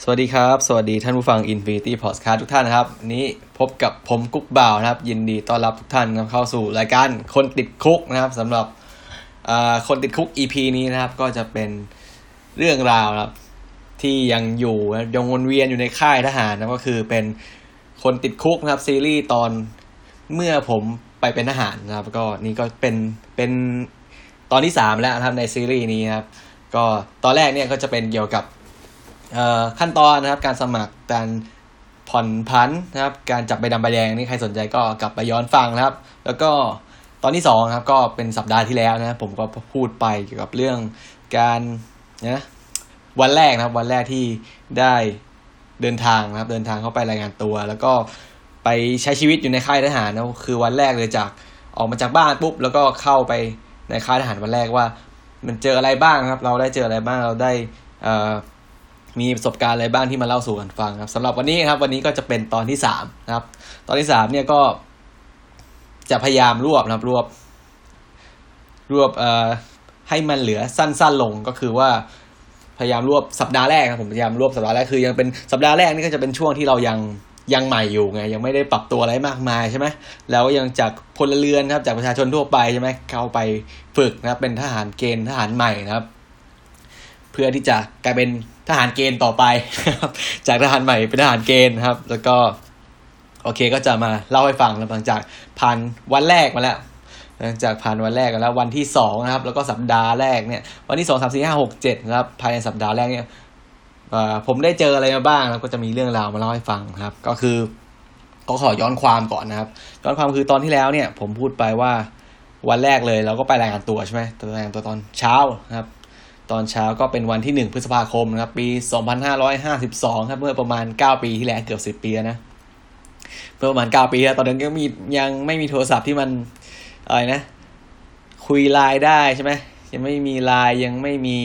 วัสดีครับสวัสดีท่านผู้ฟัง Infinity Podcast ทุกท่านนะครับวันนี้พบกับผมกุ๊กบ่าวนะครับยินดีต้อนรับทุกท่านเข้าสู่รายการคนติดคุกนะครับสำหรับคนติดคุก EP นี้นะครับก็จะเป็นเรื่องราวนะครับที่ยังอยู่ยังวนเวียนอยู่ในค่ายทหารนะก็คือเป็นคนติดคุกนะครับซีรีส์ตอนเมื่อผมไปเป็นทหารนะครับก็นี่ก็เป็นตอนที่3แล้วนะครับในซีรีส์นี้นะครับก็ตอนแรกเนี่ยก็จะเป็นเกี่ยวกับขั้นตอนนะครับการสมัครการผ่อนผันนะครับการจับใบดำใบแดงนี่ใครสนใจก็กลับไปย้อนฟังนะครับแล้วก็ตอนที่2นะครับก็เป็นสัปดาห์ที่แล้วนะผมก็พูดไปเกี่ยวกับเรื่องการวันแรกนะครับวันแรกที่ได้เดินทางนะครับเดินทางเข้าไปรายงานตัวแล้วก็ไปใช้ชีวิตอยู่ในค่ายทหารนะคือวันแรกเลยจากออกมาจากบ้านปุ๊บแล้วก็เข้าไปในค่ายทหารวันแรกว่ามันเจออะไรบ้างครับเราได้เจออะไรบ้างเราได้มีประสบการณ์อะไรบ้างที่มาเล่าสู่กันฟังครับสำหรับวันนี้ครับวันนี้ก็จะเป็นตอนที่3นะครับตอนที่3เนี่ยก็จะพยายามรวบให้มันเหลือสั้นๆลงก็คือว่าพยายามรวบสัปดาห์แรกครับผมพยายามรวบสัปดาห์แรกคือยังเป็นสัปดาห์แรกนี่ก็จะเป็นช่วงที่เรายังใหม่อยู่ไงยังไม่ได้ปรับตัวอะไรมากมายใช่ไหมแล้วยังจากพลเรือนครับจากประชาชนทั่วไปใช่ไหมเข้าไปฝึกนะครับเป็นทหารเกณฑ์ทหารใหม่นะครับเพื่อที่จะกลายเป็นทหารเกณฑ์ต่อไปจากทหารใหม่เป็นทหารเกณฑ์ครับแล้วก็โอเคก็จะมาเล่าให้ฟังหลังจากผ่านวันแรกมาแล้วหลังจากผ่านวันแรกแล้ววันที่2นะครับแล้วก็สัปดาห์แรกเนี่ยวันที่2 3 4 5 6 7นะครับภายในสัปดาห์แรกเนี่ยผมได้เจออะไรมาบ้างแล้วก็จะมีเรื่องราวมาเล่าให้ฟังครับก็คือก็ขอย้อนความก่อนนะครับย้อนความคือตอนที่แล้วเนี่ยผมพูดไปว่าวันแรกเลยเราก็ไปรายงานตัวใช่ไหมรายงานตัวตอนเช้านะครับตอนเช้าก็เป็นวันที่1พฤษภาคมนะครับปี2552ครับเมื่อประมาณ9ปีที่แล้วเกือบ10ปีแล้วนะเมื่อประมาณ9ปีแล้วตอนนั้นก็ยังไม่มีโทรศัพท์ที่มันอะไรนะคุยไลน์ได้ใช่ไหมยังไม่มีไลน์ยังไม่มี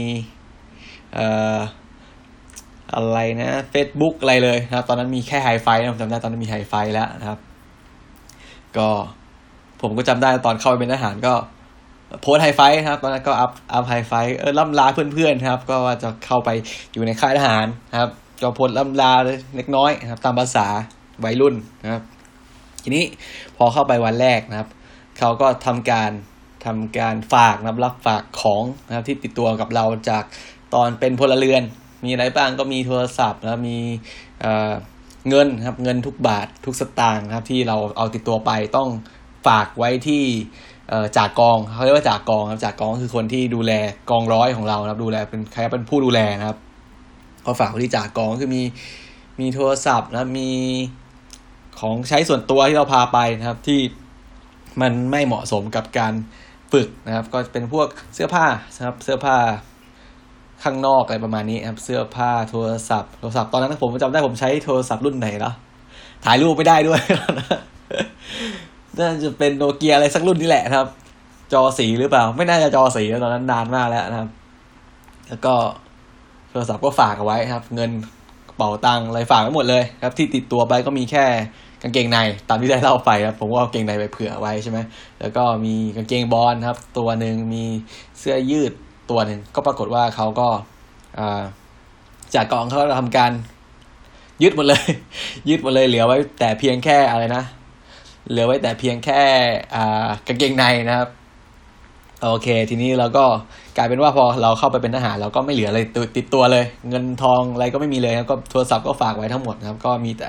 อะไรนะ Facebook อะไรเลยนะครับตอนนั้นมีแค่ไฮไฟผมจำได้ตอนนั้นมีไฮไฟแล้วนะครับก็ผมก็จำได้ตอนเข้าไปเป็นทหารก็โพสไฮไฟครับตอนนั้นก็อัพไฮไฟล่ำลาเพื่อนๆครับก็ว่าจะเข้าไปอยู่ในค่ายทหารครับก็โพสล่ำลาเล็กน้อยครับตามภาษาวัยรุ่นนะครับทีนี้พอเข้าไปวันแรกนะครับเขาก็ทำการฝากนะครับรับฝากของนะครับที่ติดตัวกับเราจากตอนเป็นพลเรือนมีอะไรบ้างก็มีโทรศัพท์นะมีเงินครับเงินทุกบาททุกสตางค์ครับที่เราเอาติดตัวไปต้องฝากไว้ที่จากกองเขาเรียกว่าจากกองครับจากกองก็คือคนที่ดูแลกองร้อยของเรานะครับดูแลเป็นใครเป็นผู้ดูแลนะครับก็ฝากไว้ที่จากกองก็คือมีโทรศัพท์นะมีของใช้ส่วนตัวที่เราพาไปนะครับที่มันไม่เหมาะสมกับการฝึกนะครับก็เป็นพวกเสื้อผ้านะครับเสื้อผ้าข้างนอกอะไรประมาณนี้ครับเสื้อผ้าโทรศัพท์ตอนนั้นผมจำได้ผมใช้โทรศัพท์รุ่นไหนแล้วถ่ายรูปไม่ได้ด้วย น่าจะเป็นโนเกียอะไรสักรุ่นนี่แหละครับจอสีหรือเปล่าไม่น่าจะจอสีแล้วตอนนั้นนานมากแล้วนะครับแล้วก็โทรศัพท์ก็ฝากเอาไว้ครับเงินกระเป๋าตังค์อะไรฝากไว้หมดเลยครับที่ติดตัวไปก็มีแค่กางเกงในตามที่ได้เล่าไปครับผมก็เอากางเกงในไปเผื่อไว้ใช่ไหมแล้วก็มีกางเกงบอลครับตัวนึงมีเสื้อยืดตัวนึงก็ปรากฏว่าเขาก็จากกองเขาทำการยึดหมดเลยเหลือไว้แต่เพียงแค่อะไรนะเหลือไว้แต่เพียงแค่กางเกงในนะครับโอเคทีนี้เราก็กลายเป็นว่าพอเราเข้าไปเป็นทหารเราก็ไม่เหลืออะไรติดตัวเลยเงินทองอะไรก็ไม่มีเลยครับก็โทรศัพท์ก็ฝากไว้ทั้งหมดนะครับก็มีแต่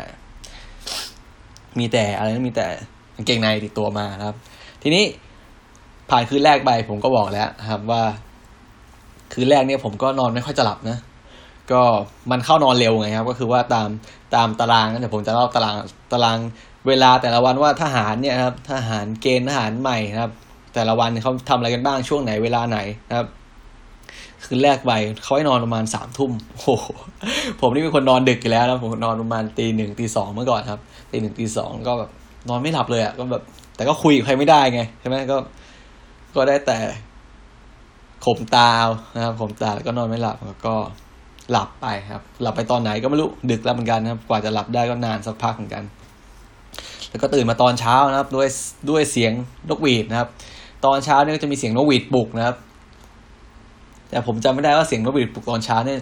อะไรมีแต่กางเกงในติดตัวมาครับทีนี้ผ่านคืนแรกไปผมก็บอกแล้วครับว่าคืนแรกเนี่ยผมก็นอนไม่ค่อยจะหลับนะก็มันเข้านอนเร็วไงครับก็คือว่าตามตารางนะเดี๋ยวผมจะเล่าตารางเวลาแต่ละวันว่าทหารเนี่ยครับทหารเกณฑ์ทหารใหม่นะครับแต่ละวันเขาทำอะไรกันบ้างช่วงไหนเวลาไหนนะครับคืนแรกไปเขาให้นอนประมาณ3 ทุ่มโอ้โหผมนี่เป็นคนนอนดึกอยู่แล้วนะผมนอนประมาณตี 1 ตี 2เมื่อก่อนครับตี 1 ตี 2ก็แบบนอนไม่หลับเลยอ่ะก็แบบแต่ก็คุยกับใครไม่ได้ไงใช่ไหมก็ได้แต่ข่มตานะครับข่มตาแล้วก็นอนไม่หลับแล้วก็หลับไปครับหลับไปตอนไหนก็ไม่รู้ดึกแล้วเหมือนกันนะครับกว่าจะหลับได้ก็นานสักพักเหมือนกันแล้วก็ตื่นมาตอนเช้านะครับด้วยเสียงนกหวีดนะครับตอนเช้าเนี่ยก็จะมีเสียงนกหวีดปลุกนะครับแต่ผมจำไม่ได้ว่าเสียงนกหวีดปลุกตอนเช้าเนี่ย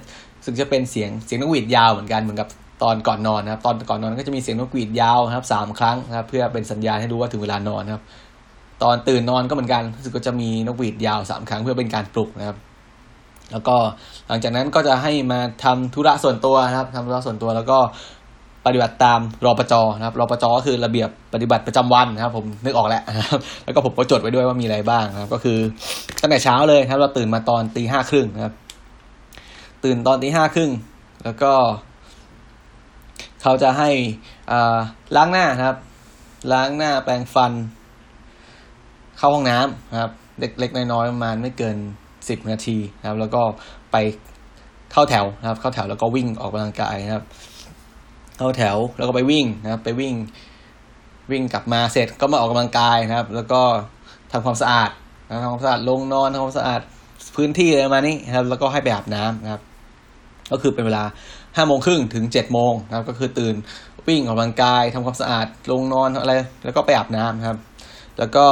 ซึ่งจะเป็นเสียงนกหวีดยาวเหมือนกันเหมือนกับตอนก่อนนอนนะครับตอนก่อนนอนก็จะมีเสียงนกหวีดยาวนะครับ3 ครั้งนะครับเพื่อเป็นสัญญาณให้รู้ว่าถึงเวลานอนครับตอนตื่นนอนก็เหมือนกันรู้สึกก็จะมีนกหวีดยาว3 ครั้งเพื่อเป็นการปลุกนะครับแล้วก็หลังจากนั้นก็จะให้มาทำธุระส่วนตัวนะครับทำธุระส่วนตัวแล้วก็ปฏิบัติตามรปจนะครับรปจก็คือระเบียบปฏิบัติประจำวันนะครับผมนึกออกแล้วนะครับแล้วก็ผมก็จดไว้ด้วยว่ามีอะไรบ้างนะครับก็คือตั้งแต่เช้าเลยครับเราตื่นมาตอน 5:30 นะครับตื่นตอน 5:30 แล้วก็เขาจะให้ล้างหน้าครับล้างหน้าแปรงฟันเข้าห้องน้ำนะครับเล็กๆน้อยๆประมาณไม่เกิน10 นาทีนะครับแล้วก็ไปเข้าแถวนะครับเข้าแถวแล้วก็วิ่งออกกำลังกายนะครับเข้าแถวแล้วก็ไปวิ่งนะครับไปวิ่งกลับมาเสร็จก็มาออกกำลังกายนะครับแล้วก็ทำความสะอาดทำความสะอาดลงนอนทำความสะอาดพื้นที่อะไรประมาณนี้นะครับแล้วก็ให้ไปอาบน้ำนะครับก็คือเป็นเวลา5:30 ถึง 7:00 นะครับก็คือตื่นวิ่งออกกำลังกายทำความสะอาดลงนอนอะไรแล้วก็ไปอาบน้ำครับแล้วก็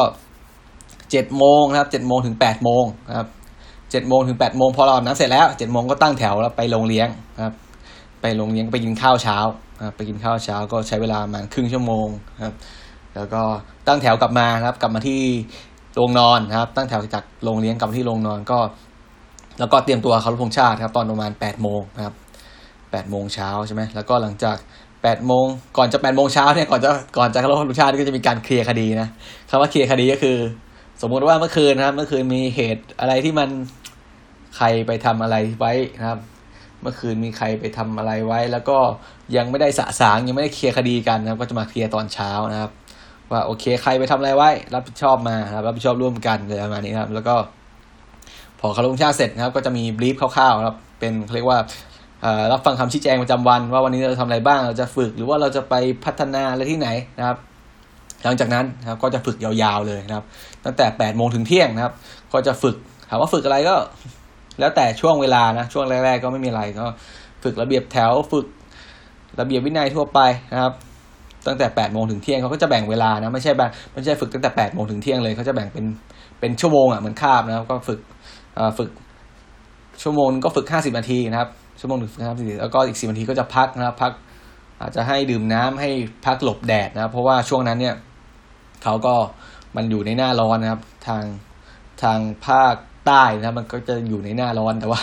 7:00 นะครับ7:00 ถึง 8:00 นะครับ7:00 ถึง 8:00 พอเราอาบน้ำเสร็จแล้ว 7:00 ก็ตั้งแถวแล้วไปโรงเลี้ยงนะครับไปโรงเลี้ยงไปกินข้าวเช้านะครับไปกินข้าวเช้าก็ใช้เวลาประมาณครึ่งชั่วโมงครับแล้วก็ตั้งแถวกลับมานะครับกลับมาที่โรงนอนนะครับตั้งแถวจากโรงเลี้ยงกลับมาที่โรงนอนก็แล้วก็เตรียมตัวเคารพธงชาติครับตอนประมาณ 8:00 นะครับ 8:00 เช้าใช่ไหมแล้วก็หลังจาก 8:00 ก่อนจะ 8:00 เช้าเนี่ยก่อนจะเคารพธงชาติก็จะมีการเคลียร์คดีนะคำว่าเคลียร์คดีก็คือสมมติว่าเมื่อคืนนะครับเมื่อคืนมีเหตุอะไรที่มันใครไปทำอะไรไว้นะครับเมื่อคืนมีใครไปทำอะไรไว้แล้วก็ยังไม่ได้สะสางยังไม่ได้เคลียร์คดีกันนะครับก็จะมาเคลียร์ตอนเช้านะครับว่าโอเคใครไปทำอะไรไว้รับผิดชอบมาครับรับผิดชอบร่วมกันเลยประมาณนี้ครับแล้วก็พอเคารพธงชาติเสร็จนะครับก็จะมีบรีฟคร่าวๆครับเป็นเรียกว่ารับฟังคำชี้แจงประจำวันว่าวันนี้เราทำอะไรบ้างเราจะฝึกหรือว่าเราจะไปพัฒนาอะไรที่ไหนนะครับหลังจากนั้นนะครับก็จะฝึกยาวๆเลยนะครับตั้งแต่ 8:00 ถึงเที่ยงนะครับก็จะฝึกถามว่าฝึกอะไรก็แล้วแต่ช่วงเวลานะช่วงแรกๆก็ไม่มีอะไรก็ฝึกระเบียบแถวฝึกระเบียบวินัยทั่วไปนะครับตั้งแต่ 8:00 ถึงเที่ยงเขาก็จะแบ่งเวลานะไม่ใช่ฝึกตั้งแต่ 8:00 ถึงเที่ยงเลยเขาจะแบ่งเป็นชั่วโมงเหมือนคาบนะครับก็ฝึกชั่วโมงก็ฝึก50 นาทีนะครับชั่วโมง 50 นาทีแล้วก็อีก10 นาทีก็จะพักนะครับพักอาจจะให้ดื่มน้ำให้พักหลบแดดนะครับเพราะว่าช่วงนั้นเนี่ยเขาก็มันอยู่ในหน้าร้อนนะครับทางภาคใต้นะครับมันก็จะอยู่ในหน้าร้อนแต่ว่า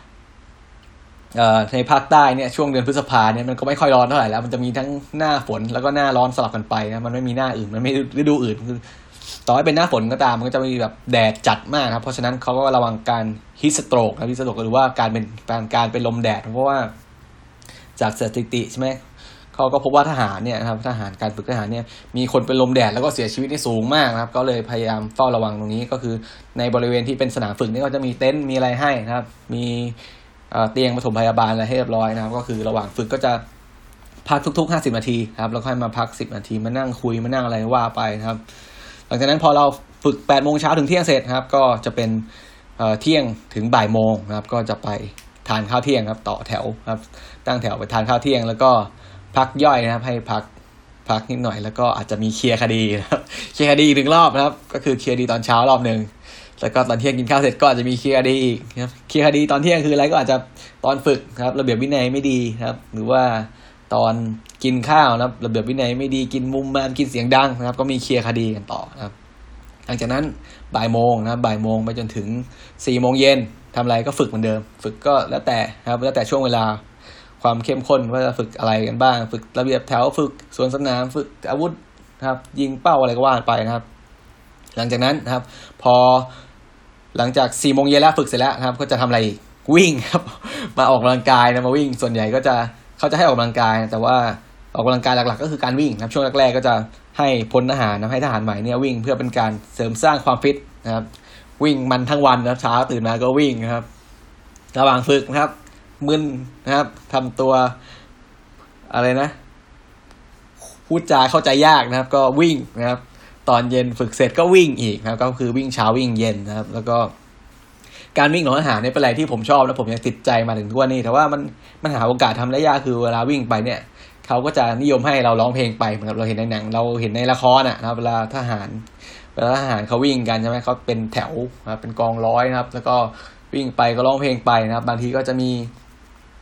ในภาคใต้เนี่ยช่วงเดือนพฤษภาเนี่ยมันก็ไม่ค่อยร้อนเท่าไหร่แล้วมันจะมีทั้งหน้าฝนแล้วก็หน้าร้อนสลับกันไปนะมันไม่มีหน้าอื่นมันไม่ฤดูอื่นคือต่อให้เป็นหน้าฝนก็ตามมันก็จะมีแบบแดดจัดมากครับเพราะฉะนั้นเขาก็ระวังการฮีทสโตรกนะฮีทสโตรกหรือว่าการเป็นลมแดดเพราะว่าจากสถิติใช่ไหมเขาก็พบว่าทหารเนี่ยนะครับทหารการฝึกทหารเนี่ยมีคนเป็นลมแดดแล้วก็เสียชีวิตที่สูงมากนะครับก็เลยพยายามเฝ้าระวังตรงนี้ก็คือในบริเวณที่เป็นสนามฝึกนี่ก็จะมีเต็นท์มีอะไรให้นะครับมีเตียงปฐมพยาบาลอะไรให้เรียบร้อยนะครับก็คือระหว่างฝึกก็จะพักทุกๆ50 นาทีครับแล้วค่อยมาพัก10 นาทีมานั่งคุยมานั่งอะไรว่าไปนะครับหลังจากนั้นพอเราฝึก 8:00 เช้าถึงเที่ยงเสร็จครับก็จะเป็นเที่ยงถึงบ่ายโมงนะครับก็จะไปทานข้าวเที่ยงครับต่อแถวครับตั้งแถวไปทานข้าวเที่ยงแล้วก็พักย่อยนะครับให้พักนิดหน่อยแล้วก็อาจจะมีเคลียร์คดีนะครับเคลียร์คดี1 รอบนะครับก็คือเคลียร์คดีตอนเช้ารอบนึงแล้วก็ตอนเที่ยงกินข้าวเสร็จก็อาจจะมีเคลียร์คดีอีกครับเคลียร์คดีตอนเที่ยงคืออะไรก็อาจจะตอนฝึกครับระเบียบวินัยไม่ดีครับหรือว่าตอนกินข้าวนะครับระเบียบวินัยไม่ดีกินมุมมามกินเสียงดังนะครับก็มีเคลียร์คดีกันต่อนะครับหลังจากนั้นบ่ายโมงนะครับบ่ายโมงไปจนถึง4:00 เย็นทำอะไรก็ฝึกเหมือนเดิมฝึกก็แล้วแต่ครับแล้วแต่ช่วงเวลาความเข้มข้นว่าจะฝึกอะไรกันบ้างฝึกระเบียบแถวฝึกสวนสนามฝึกอาวุธนะครับยิงเป้าอะไรก็ว่าไปนะครับหลังจากนั้นนะครับพอหลังจาก4:00 เย็นแล้วฝึกเสร็จแล้วนะครับก็จะทำอะไรวิ่งครับมาออกกำลังกายนะมาวิ่งส่วนใหญ่ก็จะเขาจะให้ออกกำลังกายแต่ว่าออกกำลังกายหลักๆก็คือการวิ่งนะครับช่วงแรกๆก็จะให้พลทหารนะให้ทหารใหม่เนี่ยวิ่งเพื่อเป็นการเสริมสร้างความฟิตนะครับวิ่งมันทั้งวันนะเช้าตื่นมาก็วิ่งนะครับระหว่างฝึกนะครับมึนนะครับทำตัวอะไรนะพูดจาเข้าใจยากนะครับก็วิ่งนะครับตอนเย็นฝึกเสร็จก็วิ่งอีกนะครับก็คือวิ่งเช้าวิ่งเย็นนะครับแล้วก็การวิ่งของทหารเนี่ยเป็นอะไรที่ผมชอบและผมยังติดใจมาถึงทุกวันนี้แต่ว่ามันหาโอกาสทำได้ยากคือเวลาวิ่งไปเนี่ยเขาก็จะนิยมให้เราร้องเพลงไปเหมือนกับเราเห็นในหนังเราเห็นในละครนะครับเวลาทหารเขาวิ่งกันใช่ไหมเขาเป็นแถวนะครับเป็นกองร้อยนะครับแล้วก็วิ่งไปก็ร้องเพลงไปนะครับบางทีก็จะมี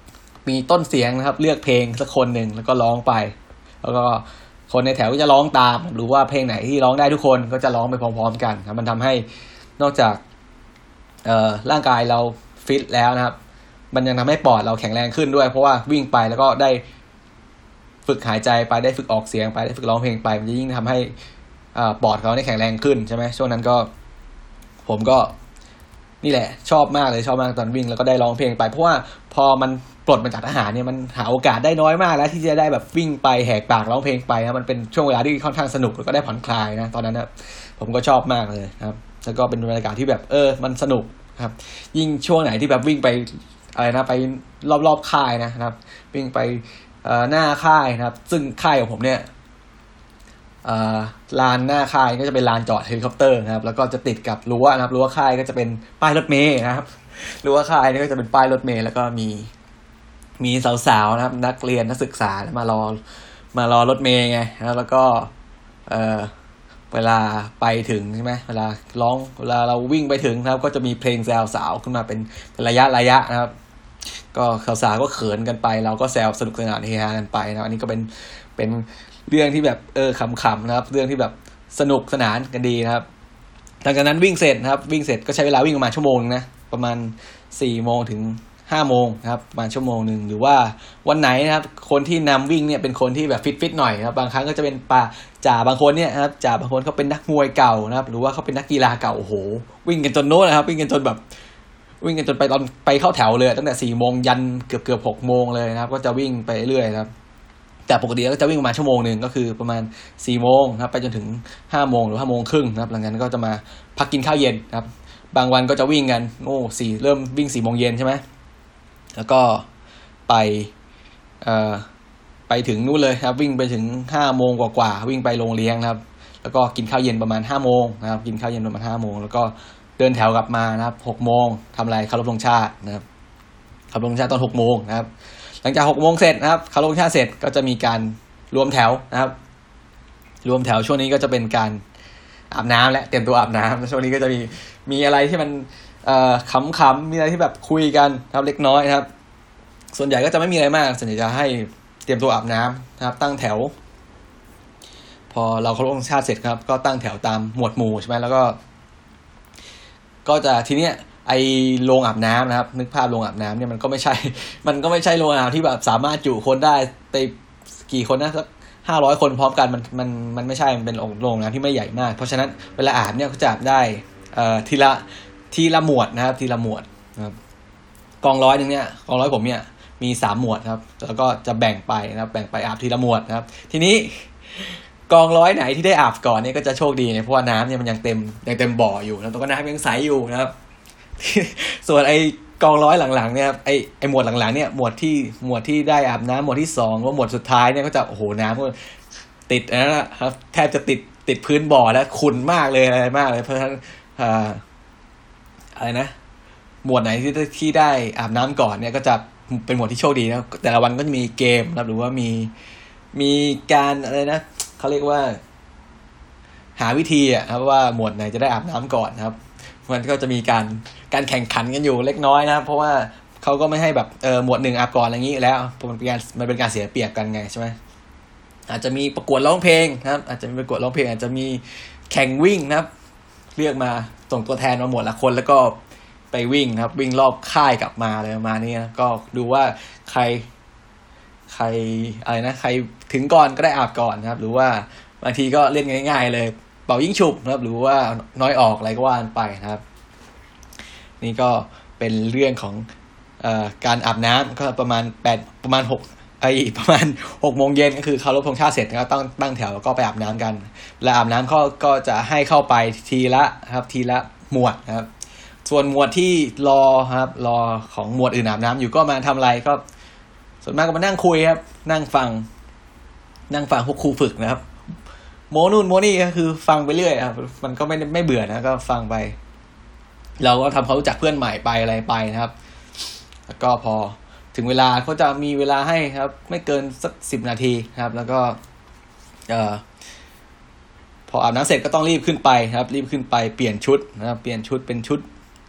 มีต้นเสียงนะครับเลือกเพลงสักคนหนึ่งแล้วก็ร้องไปแล้วก็คนในแถวก็จะร้องตามหรือว่าเพลงไหนที่ร้องได้ทุกคนก็จะร้องไปพร้อมๆกันครับมันทำให้นอกจากร่างกายเราฟิตแล้วนะครับมันยังทำให้ปอดเราแข็งแรงขึ้นด้วยเพราะว่าวิ่งไปแล้วก็ได้ฝึกหายใจไปได้ฝึกออกเสียงไปได้ฝึกร้องเพลงไปมันจะยิ่งทำให้ปอดเขาได้แข็งแรงขึ้นใช่ไหมช่วงนั้นก็ผมก็นี่แหละชอบมากเลยชอบมากตอนวิ่งแล้วก็ได้ร้องเพลงไปเพราะว่าพอมันปลดมาจากทหารเนี่ยมันหาโอกาสได้น้อยมากแล้วที่จะได้แบบวิ่งไปแหกปากร้องเพลงไปนะมันเป็นช่วงเวลาที่ค่อนข้างสนุกแล้วก็ได้ผ่อนคลายนะตอนนั้นนะผมก็ชอบมากเลยครับแล้วก็เป็นบรรยากาศที่แบบมันสนุกครับยิ่งช่วงไหนที่แบบวิ่งไปอะไรนะไปรอบๆค่ายนะครับวิ่งไปหน้าค่ายนะครับซึ่งค่ายของผมเนี่ยลานหน้าค่ายก็จะเป็นลานจอดเฮลิคอปเตอร์นะครับแล้วก็จะติดกับรั้วนะครับรั้วค่ายก็จะเป็นป้ายรถเมล์นะครับรั้วค่ายนี่ก็จะเป็นป้ายรถเมล์แล้วก็มีสาวๆนะครับนักเรียนนักศึกษามารอรถเมล์ไงแล้วก็เวลาไปถึงใช่ไหมเวลาเราวิ่งไปถึงนะครับก็จะมีเพลงแซวสาวขึ้นมาเป็นระยะนะครับก็สาวก็เขินกันไปเราก็แซวสนุกสนานเฮฮากันไปนะอันนี้ก็เป็นเรื่องที่แบบขำๆนะครับเรื่องที่แบบสนุกสนานกันดีนะครับหลังจากนั้นวิ่งเสร็จนะครับวิ่งเสร็จก็ใช้เวลาวิ่งประมาณชั่วโมงนะประมาณ 4 โมงถึง 5 โมงนะครับประมาณชั่วโมงนึงหรือว่าวันไหนนะครับคนที่นำวิ่งเนี่ยเป็นคนที่แบบฟิตหน่อยนะครับบางครั้งก็จะเป็นจ่าบางคนเนี่ยนะครับจ่าบางคนเขาเป็นนักมวยเก่านะครับหรือว่าเขาเป็นนักกีฬาเก่าโอ้โหวิ่งกันจนโน้นนะครับวิ่งกันจนไปตอนไปเข้าแถวเลยตั้งแต่ 4 โมงยันเกือบ 6 โมงเลยนะครับก็จะวิ่งไปเรื่อยๆครับแต่ปกติก็จะวิ่งประมาณชั่วโมงนึงก็คือประมาณ 4 โมงนะครับไปจนถึง 5 โมงหรือ 5 โมงครึ่งนะครับหลังจากนั้นก็จะมาพักกินข้าวเย็นครับบางวันก็จะวิ่งกันเริ่มวิ่ง 4 โมงเย็นใช่ไหมแล้วก็ไปถึงนู่นเลยครับวิ่งไปถึง 5 โมงกว่าวิ่งไปโรงเลี้ยงนะครับแล้วก็กินข้าวเย็นประมาณ 5 โมงนะครับกินข้าวเย็นประมาณ 5 โมงแล้วก็เดินแถวกลับมานะครับ 6 โมงทำอะไรเคารพธงชาตินะครับเคารพธงชาติตอน 6 โมงนะครับหลังจาก 6 โมงเสร็จนะครับเคารพธงชาติเสร็จก็จะมีการรวมแถวนะครับรวมแถวช่วงนี้ก็จะเป็นการอาบน้ำและเตรียมตัวอาบน้ำช่วงนี้ก็จะมีอะไรที่มันขำๆมีอะไรที่แบบคุยกันครับเล็กน้อยนะครับส่วนใหญ่ก็จะไม่มีอะไรมากส่วนใหญ่จะให้เตรียมตัวอาบน้ำนะครับตั้งแถวพอเราเคารพธงชาติเสร็จครับก็ตั้งแถวตามหมวดหมู่ใช่ไหมแล้วก็จะทีเนี้ยไอโรงอาบน้ำนะครับนึกภาพโรงอาบน้ำเนี่ยมันก็ไม่ใช่โรงอาบที่แบบสามารถจุคนได้ไปกี่คนนะสัก500 คนพร้อมกันมันไม่ใช่มันเป็นโรงน้ำที่ไม่ใหญ่มากเพราะฉะนั้นเวลาอาบเนี่ยก็จะอาบได้ทีละหมวดนะครับทีละหมวดนะครับกองร้อยนึงเนี่ยกองร้อยผมเนี่ยมี3 หมวดครับแล้วก็จะแบ่งไปนะครับแบ่งไปอาบทีละหมวดนะครับทีนี้กองร้อยไหนที่ได้อาบก่อนเนี่ยก็จะโชคดีเนี่ยเพราะว่าน้ำเนี่ยมันยังเต็มบ่ออยู่นะตรงก็น้ำยังใสอยู่นะครับ ส่วนไอกองร้อยหลังๆเนี่ยไอหมวดหลังๆเนี่ยหมวดที่ได้อาบน้ำหมวดที่2ว่าหมวดสุดท้ายเนี่ยก็จะโอ้โหน้ำก็ติดนะครับแทบจะติดพื้นบ่อแล้วขุ่นมากเลยอะไรมากเลยเพราะฉะนั้นอะไรนะหมวดไหนที่ได้อาบน้ำก่อนเนี่ยก็จะเป็นหมวดที่โชคดีนะแต่ละวันก็จะมีเกมนะครับหรือว่ามีการอะไรนะเขาเรียกว่าหาวิธีครับว่าหมวดไหนจะได้อาบน้ำก่อนนะครับมันก็จะมีการแข่งขันกันอยู่เล็กน้อยนะครับเพราะว่าเขาก็ไม่ให้แบบหมวด1อาบก่อนอะไรอย่างนี้แล้วมันเป็นการเสียเปรียบกันไงใช่ไหมอาจจะมีประกวดร้องเพลงนะครับอาจจะมีประกวดร้องเพลงอาจจะมีแข่งวิ่งนะครับเรียกมาส่งตัวแทนมาหมวดละคนแล้วก็ไปวิ่งนะครับวิ่งรอบค่ายกลับมาอะไรประมาณนี้นะก็ดูว่าใครอะไรนะใครถึงก่อนก็ได้อาบก่อนนะครับหรือว่าบางทีก็เล่นง่ายๆเลยเป่ายิงฉุบนะครับหรือว่าน้อยออกอะไรก็ว่ากันไปนะครับนี่ก็เป็นเรื่องของการอาบน้ำก็ประมาณ6 โมงเย็นก็คือเคารพธงชาติเสร็จก็ตั้งแถวแล้วก็ไปอาบน้ำกันแล้วอาบน้ำก็จะให้เข้าไปทีละหมวดนะครับส่วนหมวดที่รอของหมวดอื่นอาบน้ำอยู่ก็มาทำอะไรก็ส่วนมากก็มานั่งคุยครับนั่งฟังพวกครูฝึกนะครับโมนู่นโมนี่ก็คือฟังไปเรื่อยครับมันก็ไม่เบื่อนะก็ฟังไปเราก็ทำความรู้จักเพื่อนใหม่ไปอะไรไปนะครับแล้วก็พอถึงเวลาเขาจะมีเวลาให้ครับไม่เกินสัก10 นาทีครับแล้วก็พออาบน้ำเสร็จก็ต้องรีบขึ้นไปครับรีบขึ้นไปเปลี่ยนชุดนะครับเปลี่ยนชุดเป็นชุด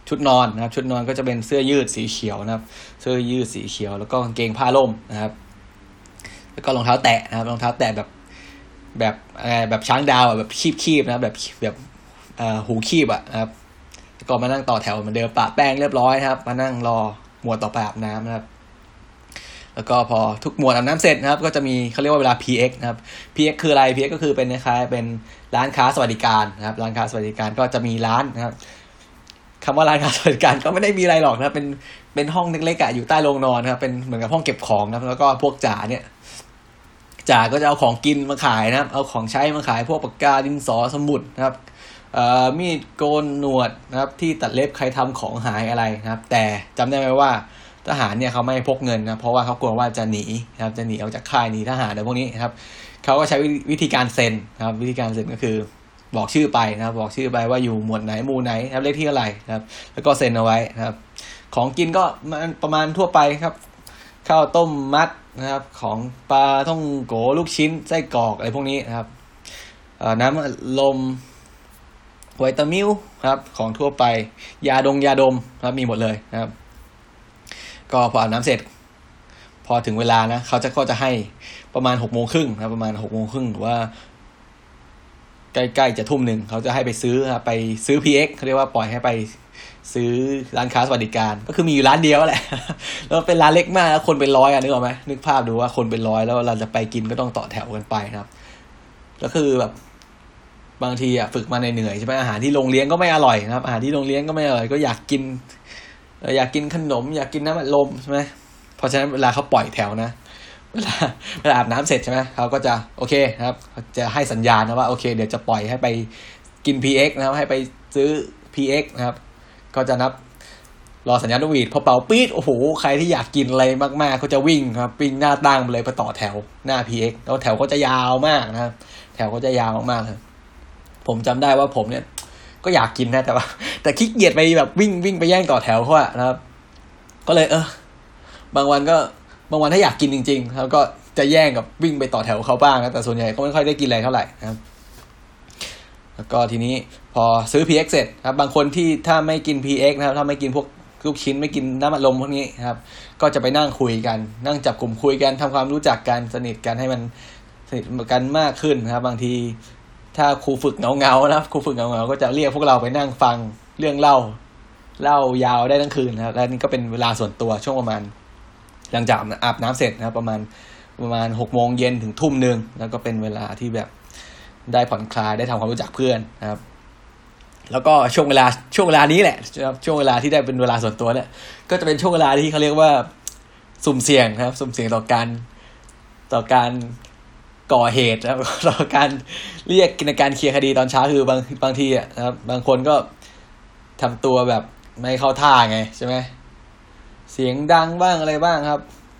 ชุดนอนนะครับชุดนอนก็จะเป็นเสื้อยืดสีเขียวนะครับเสื้อยืดสีเขียวแล้วก็กางเกงผ้าร่มนะครับแล้วก็รองเท้าแตะนะครับรองเท้าแตะแบบช้างดาวแบบคีบนะครับแบบหูคีบนะครับแล้วก็มานั่งต่อแถวเหมือนเดิมปะแป้งเรียบร้อยนะครับมานั่งรอหมวดต่อไปอาบน้ำนะครับแล้วก็พอทุกหมวดอาบน้ำเสร็จนะครับก็จะมีเขาเรียกว่าเวลา PX นะครับ PX คืออะไร PX ก็คือเป็นคล้ายๆเป็นร้านค้าสวัสดิการนะครับร้านค้าสวัสดิการก็จะมีร้านนะครับคำว่าร้านค้าสวัสดิการก็ไม่ได้มีอะไรหรอกนะครับเป็นห้องเล็กๆอยู่ใต้โรงนอนนะครับเป็นเหมือนกับห้องเก็บของนะครับแล้วก็พวกจ่าก็จะเอาของกินมาขายนะครับเอาของใช้มาขายพวกปากกาดินสอสมุดนะครับมีดโกนหนวดนะครับที่ตัดเล็บใครทำของหายอะไรนะครับแต่จำได้ไหมว่าทหารเนี่ยเขาไม่พกเงินนะเพราะว่าเขากลัวว่าจะหนีนะครับจะหนีออกจากค่ายหนีทหารอะไรพวกนี้นะครับเขาก็ใช้วิธีการเซ็นนะครับวิธีการเซ็นก็คือบอกชื่อไปนะครับบอกชื่อไปว่าอยู่หมวดไหนหมู่ไหนนะครับเลขที่เท่าไหร่นะครับแล้วก็เซ็นเอาไว้นะครับของกินก็ประมาณทั่วไปครับข้าวต้มมัดนะครับของปลาท่องโกลูกชิ้นไส้กรอกอะไรพวกนี้นะครับน้ำลมไวตามิลครับของทั่วไปยาดมครับมีหมดเลยนะครับก็พออาบน้ำเสร็จพอถึงเวลานะเขาก็จะให้ประมาณ 18:30 นะประมาณ 18:30 หรือว่าใกล้ๆจะ 19:00 เขาจะให้ไปซื้อครับไปซื้อ PX เขาเรียกว่าปล่อยให้ไปซื้อร้านค้าสวัสดิการก็คือมีอยู่ร้านเดียวแหละ แล้วเป็นร้านเล็กมากแล้วคนเป็น100นึกออกไหมนึกภาพดูว่าคนเป็น100แล้วเราจะไปกินก็ต้องต่อแถวกันไปนะครับแล้วคือแบบบางทีฝึกมาเหนื่อยใช่ไหมอาหารที่โรงเรียนก็ไม่อร่อยนะครับอาหารที่โรงเรียนก็ไม่อร่อยก็อยากกินขนมอยากกินน้ำอัดลมใช่ไหมเพราะฉะนั้นเวลาเขาปล่อยแถวนะเวลาอาบน้ำเสร็จใช่ไหมเขาก็จะโอเคนะครับจะให้สัญญาณนะว่าโอเคเดี๋ยวจะปล่อยให้ไปกิน PX นะครับให้ไปซื้อ PX นะครับก็จะนับรอสัญญาณนกหวีดพอเป่าปี๊ดโอ้โหใครที่อยากกินอะไรมากๆเขาจะวิ่งครับวิ่งหน้าตั้งไปเลยไปต่อแถวหน้า PX แล้วแถวก็จะยาวมากนะครับแถวก็จะยาวมากเลยผมจำได้ว่าผมเนี่ยก็อยากกินนะแต่ขี้เกียจไปแบบวิ่งไปแย่งต่อแถวเขาอะนะครับก็เลยบางวันถ้าอยากกินจริงๆแล้วก็จะแย่งกับวิ่งไปต่อแถวเขาบ้างนะแต่ส่วนใหญ่ก็ไม่ค่อยได้กินอะไรเท่าไหร่นะครับแล้วก็ทีนี้พอซื้อ PX เสร็จครับบางคนที่ถ้าไม่กิน PX นะครับถ้าไม่กินพวกลูกชิ้นไม่กินน้ำอัดลมพวกนี้ครับก็จะไปนั่งคุยกันนั่งจับกลุ่มคุยกันทำความรู้จักกันสนิทกันให้มันสนิทกันมากขึ้นนะครับบางทีถ้าครูฝึกเงาๆนะครับครูฝึกเงาๆก็จะเรียกพวกเราไปนั่งฟังเรื่องเล่ายาวได้ทั้งคืนนะครับและนี่ก็เป็นเวลาส่วนตัวช่วงประมาณหลังจากอาบน้ำเสร็จนะครับประมาณ 18:00 นถึง 19:00 นแล้วก็เป็นเวลาที่แบบได้ผ่อนคลายได้ทำความรู้จักเพื่อนนะครับแล้วก็ช่วงเวลานี้แหละช่วงเวลาที่ได้เป็นเวลาส่วนตัวเนี่ยก็จะเป็นช่วงเวลาที่เขาเรียกว่าสุ่มเสี่ยงนะครับสุ่มเสี่ยงต่อการก่อเหตุนะครับต่อการเรียกในการเคลียร์คดีตอนเช้าคือบางทีนะครับบางคนก็ทำตัวแบบไม่เข้าท่าไงใช่ไหมเสียงดังบ้างอะไรบ้างครับ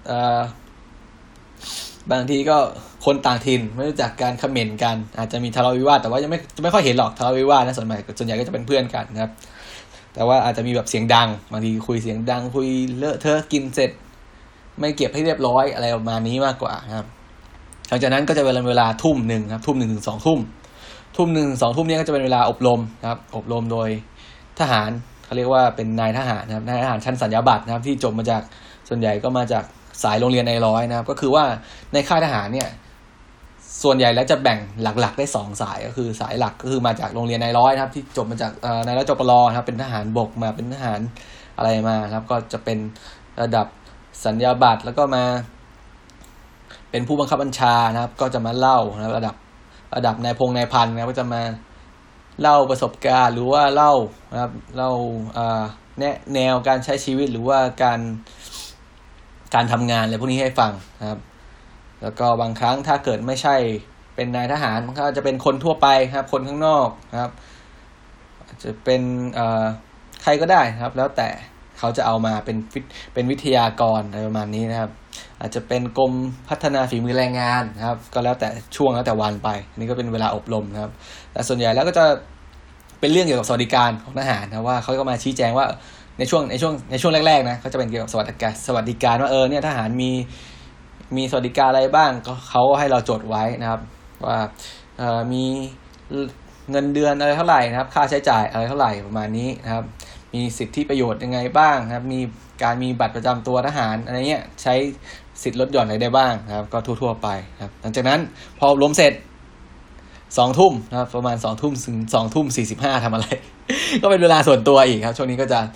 บางทีก็คนต่างถิ่นไม่รู้จักการคอมเมนต์กันอาจจะมีทะเลาะวิวาทแต่ว่าจะไม่ค่อยเห็นหรอกทะเลาะวิวาทนะส่วนใหญ่ก็จะเป็นเพื่อนกันนะครับแต่ว่าอาจจะมีแบบเสียงดังบางทีคุยเสียงดังคุยเลอะเทอะกินเสร็จไม่เก็บให้เรียบร้อยอะไรประมาณนี้มากกว่าครับหลังจากนั้นก็จะเป็นเวลา 19:00 นครับ 19:00 นถึง 20:00 น 19:00 นถึง 20:00 นเนี่ยก็จะเป็นเวลาอบรมนะครับอบรมโดยทหารเขาเรียกว่าเป็นนายทหารนะครับนายทหารชั้นสัญญาบัตรนะครับที่จบมาจากส่วนใหญ่ก็มาจากสายโรงเรียนนายร้อยนะครับก็คือว่าในค่ายทหารเนี่ยส่วนใหญ่แล้วจะแบ่งหลักๆได้2สายก็คือสายหลักก็คือมาจากโรงเรียนนายร้อยนะครับที่จบมาจากนายร้อยจปรนะครับเป็นทหารบกมาเป็นทหารอะไรมาครับก็จะเป็นระดับสัญญาบัตรแล้วก็มาเป็นผู้บังคับบัญชานะครับก็จะมาเล่านะครับระดับนายพงนายพันนะครับก็จะมาเล่าประสบการณ์หรือว่าเล่านะครับเล่าแนวการใช้ชีวิตหรือว่าการทำงานอะไรพวกนี้ให้ฟังนะครับแล้วก็บางครั้งถ้าเกิดไม่ใช่เป็นนายทหารก็จะเป็นคนทั่วไปครับคนข้างนอกนะครับอาจจะเป็นใครก็ได้ครับแล้วแต่เขาจะเอามาเป็นวิทยากรอะไรประมาณนี้นะครับอาจจะเป็นกรมพัฒนาฝีมือแรงงานนะครับก็แล้วแต่ช่วงแล้วแต่วันไปอันนี้ก็เป็นเวลาอบรมนะครับแต่ส่วนใหญ่แล้วก็จะเป็นเรื่องเกี่ยวกับสวัสดิการของทหารนะว่าเขาก็มาชี้แจงว่าในช่วงแรกๆนะเขาจะเป็นเกี่ยวกับสวัสดิการว่าเนี่ยทหารมีสวัสดิการอะไรบ้างก็เขาให้เราจดไว้นะครับว่ามีเงินเดือนอะไรเท่าไหร่นะครับค่าใช้จ่ายอะไรเท่าไหร่ประมาณนี้นะครับมีสิทธิประโยชน์ยังไงบ้างนะครับมีการมีบัตรประจำตัวทหารอะไรเงี้ยใช้สิทธิ์ลดหย่อนอะไรได้บ้างนะครับก็ทั่วๆไปครับหลังจากนั้นพอล้มเสร็จ2 ทุ่มนะครับประมาณ2 ทุ่มถึง2 ทุ่ม 45ทำอะไร ก็เป็นเวลาส่วนตัวอีกครับช่วงนี้ก็จะ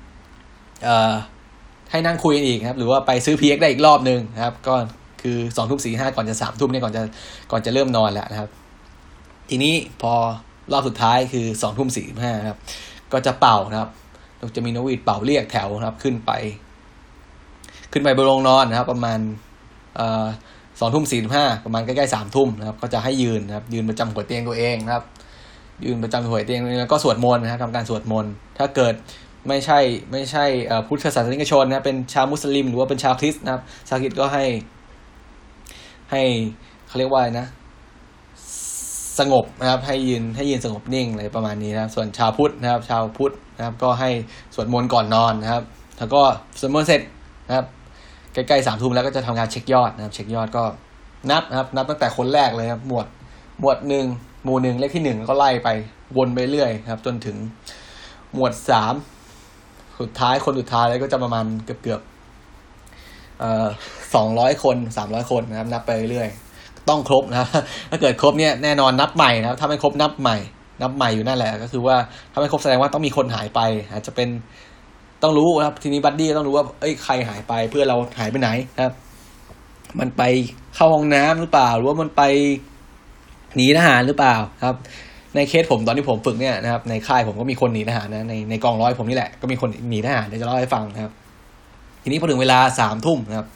ให้นั่งคุยกันอีกครับหรือว่าไปซื้อ PX ได้อีกรอบนึงนะครับก็คือ2 ทุ่ม 45ก่อนจะ3 ทุ่มเนี่ยก่อนจะเริ่มนอนแล้วนะครับทีนี้พอรอบสุดท้ายคือ2 ทุ่ม 45ครับก็จะเป่านะครับจะมีนกหวีดเป่าเรียกแถวนะครับขึ้นไปบนโรงนอนนะครับประมาณ2 ทุ่ม 45ประมาณใกล้ๆ3 ทุ่มนะครับก็จะให้ยืนนะครับยืนประจำหัวเตียงตัวเองนะครับยืนประจำหัวเตียงแล้วก็สวดมนต์นะครับทำการสวดมนต์ถ้าเกิดไม่ใช่พุทธศาสนิกชนนะเป็นชาวมุสลิมหรือว่าเป็นชาวคริสต์นะครับชาวคริสต์ก็ให้เขาเรียกว่านะสงบนะครับให้ยืนสงบนิ่งอะไรประมาณนี้นะครับส่วนชาวพุทธนะครับก็ให้สวดมนต์ก่อนนอนนะครับแล้วก็สวดมนต์เสร็จนะครับใกล้ๆ3 ทุ่มแล้วก็จะทำการเช็คยอดนะครับเช็คยอดก็นับตั้งแต่คนแรกเลยครับหมวด1หมู่1เลขที่1แล้วก็ไล่ไปวนไปเรื่อยครับจนถึงหมวด3คนสุดท้ายแล้วก็จะประมาณเกือบ200 คน300 คนนะครับนับไปเรื่อยต้องครบนะครับถ้าเกิดครบเนี่ยแน่นอนนับใหม่นะครับถ้าไม่ครบนับใหม่อยู่นั่นแหละก็คือว่าถ้าไม่ครบแสดงว่าต้องมีคนหายไปอาจจะเป็นต้องรู้นะครับทีนี้บัดดี้ต้องรู้ว่าใครหายไปเพื่อนเราหายไปไหนนะครับมันไปเข้าห้องน้ำหรือเปล่าหรือว่ามันไปหนีทหารหรือเปล่าครับในเคสผมตอนที่ผมฝึกเนี่ยนะครับในค่ายผมก็มีคนหนีทหารนะในกองร้อยผมนี่แหละก็มีคนหนีทหารเดี๋ยวจะเล่าให้ฟังนะครับทีนี้พอถึงเวลา3 ทุ่มนะครับ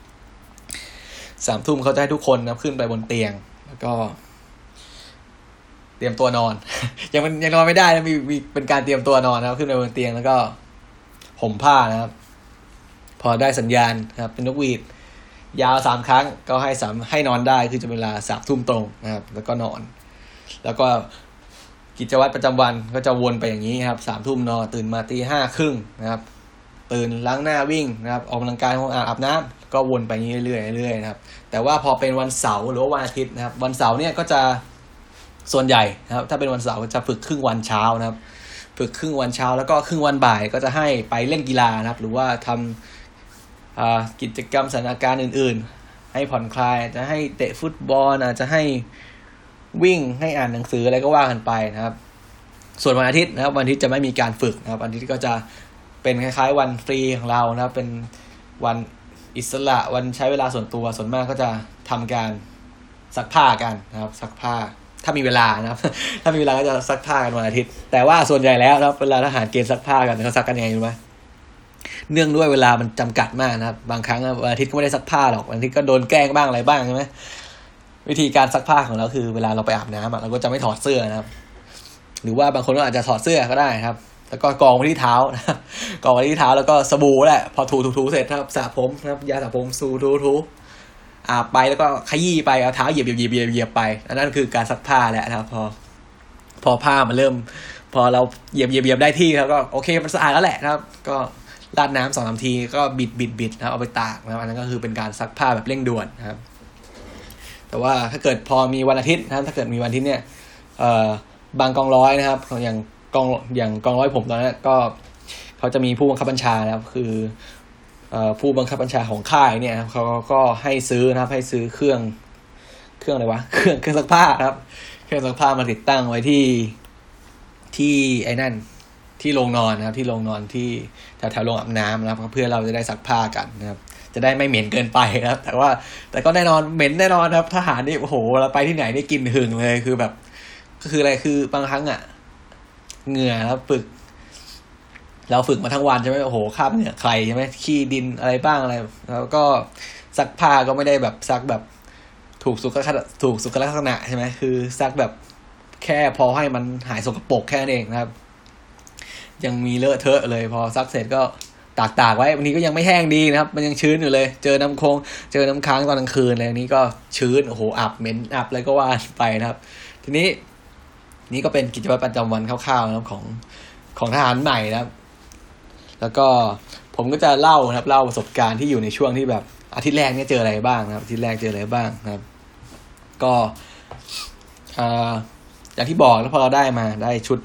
3 ทุ่มเขาจะให้ทุกคนนะขึ้นไปบนเตียงแล้วก็เตรียมตัวนอน ยังนอนไม่ได้นะมีเป็นการเตรียมตัวนอนนะครับขึ้นไปบนเตียงแล้วก็ห่มผ้านะครับพอได้สัญญาณนะครับเป็นนกหวีดยาว3 ครั้งก็ให้นอนได้คือจะเวลา3 ทุ่มตรงนะครับแล้วก็นอนแล้วก็กิจวัตรประจำวันก็จะวนไปอย่างนี้ครับ3 ทุ่มนอนตื่นมาตี 5:30นะครับตื่นล้างหน้าวิ่งนะครับออกกำลังกายอาบน้ำก็วนไปเรื่อยๆนะครับแต่ว่าพอเป็นวันเสาร์หรือว่าวันอาทิตย์นะครับวันเสาร์เนี่ยก็จะส่วนใหญ่นะครับถ้าเป็นวันเสาร์จะฝึกครึ่งวันเช้านะครับฝึกครึ่งวันเช้าแล้วก็ครึ่งวันบ่ายก็จะให้ไปเล่นกีฬานะครับหรือว่าทำกิจกรรมสถานการณ์อื่นๆให้ผ่อนคลายจะให้เตะฟุตบอลอาจจะให้วิ่งให้อ่านหนังสืออะไรก็ว่ากันไปนะครับส่วนวันอาทิตย์นะครับวันอาทิตย์จะไม่มีการฝึกนะครับวันอาทิตย์ก็จะเป็นคล้ายๆวันฟรีของเรานะครับเป็นวันอิสระวันใช้เวลาส่วนตัวส่วนมากก็จะทำการซักผ้ากันนะครับซักผ้าถ้ามีเวลานะครับ ถ้ามีเวลาก็จะซักผ้ากันวันอาทิตย์แต่ว่าส่วนใหญ่แล้วนะครับเวลาทหารเกณฑ์ซักผ้ากันเขาซักกันยังไงรู้ไหมเนื่องด้วยเวลามันจำกัดมากนะครับบางครั้งวันอาทิตย์ก็ไม่ได้ซักผ้าหรอกวันอาทิตย์ก็โดนแกล้งบ้างอะไรบ้างใช่ไหมวิธีการซักผ้าของเราคือเวลาเราไปอาบน้ำเราก็จะไม่ถอดเสื้อนะครับหรือว่าบางคนก็อาจจะถอดเสื้อก็ได้ครับแล้วก็กองไว้ที่เท้านะครับกองไว้ที่เท้าแล้วก็สบู่แหละพอถูเสร็จครับสระผมนะครับยาสระผมถูอาบไปแล้วก็ขยี้ไปเอาเท้าเหยียบไปนั่นคือการซักผ้าแหละนะครับพอผ้ามันเริ่มพอเราเหยียบได้ที่แล้วก็โอเคมันสะอาดแล้วแหละนะครับก็ราดน้ำ2-3 ทีก็บิดนะครับเอาไปตากนะครับอันนั้นก็คือเป็นการซักผ้าแบบเร่งด่วนนะครับแต่ว่าถ้าเกิดพอมีวันอาทิตย์นะครับถ้าเกิดมีวันอาทิตย์เนี่ยบางกองร้อยนะครับอย่างกองร้อยผมตอนนั้นก็เขาจะมีผู้บังคับบัญชานะครับคือผู้บังคับบัญชาของค่ายเนี่ยเขาก็ให้ซื้อนะครับให้ซื้อเครื่องอะไรวะเครื่องซักผ้าครับเครื่องซักผ้ามาติดตั้งไว้ที่ไอ้นั่นที่โรงนอนนะครับที่โรงนอนที่แถวโรงอาบน้ำนะครับเพื่อเราจะได้ซักผ้ากันนะครับจะได้ไม่เหม็นเกินไปนะครับแต่ก็แน่นอนเหม็นแน่นอนครับทหารนี่โอ้โหเราไปที่ไหนนี่กลิ่นหึงเลยคือแบบก็คืออะไรคือบางครั้งเหงื่อครับเราฝึกมาทั้งวันใช่ไหมโอ้โหคราบเหงื่อใครใช่ไหมขี้ดินอะไรบ้างอะไรแล้วก็ซักผ้าก็ไม่ได้แบบซักแบบถูกสุขลักษณะใช่ไหมคือซักแบบแค่พอให้มันหายสกปรกแค่นั้นเองนะครับยังมีเลอะเทอะเลยพอซักเสร็จก็ตากไว้บางทีก็ยังไม่แห้งดีนะครับมันยังชื้นอยู่เลยเจอน้ำค้างตอนกลางคืนอะไรนี้ก็ชื้นโอ้โหอับเหม็นอับอะไรก็ว่าไปนะครับทีนี้นี่ก็เป็นกิจวัตรประจำวันคร่าวๆนะครับของทหารใหม่นะครับแล้วก็ผมก็จะเล่าประสบการณ์ที่อยู่ในช่วงที่แบบอาทิตย์แรกเนี่ยเจออะไรบ้างนะครับอาทิตย์แรกเจออะไรบ้างนะครับก็อย่างที่บอกแล้วพอเราได้ชุด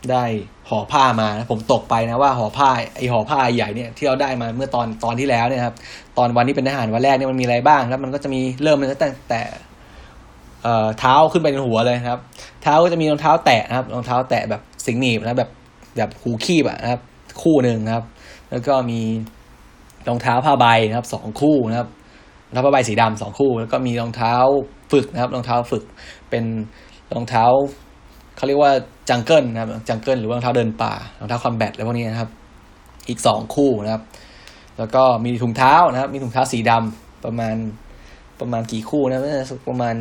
ได้ห่อผ้ามานะผมตกไปนะว่าห่อผ้าใหญ่เนี่ยที่เราได้มาเมื่อตอนที่แล้วเนี่ยครับตอนวันที่เป็นทหารวันแรกเนี่ยมันมีอะไรบ้างครับมันก็จะมีเริ่มตั้งแต่เท้าขึ้นไปในหัวเลยครับเท้าก็จะมีรองเท้าแตะนะครับรองเท้าแตะแบบสิงหนีบนะแบบหูคีบนะครับคู่หนึ่งครับแล้วก็มีรองเท้าผ้าใบนะครับ2คู่นะครับรองเท้าผ้าใบสีดำ2คู่แล้วก็มีรองเท้าฝึกนะครับรองเท้าฝึกเป็นรองเท้าเขาเรียกว่าจังเกิลนะครับจังเกิลหรือว่ารองเท้าเดินป่ารองเท้าคอมแบทอะไรพวกนี้นะครับอีก2คู่นะครับแล้วก็มีถุงเท้านะครับมีถุงเท้าสีดำประมาณกี่คู่นะประมาณ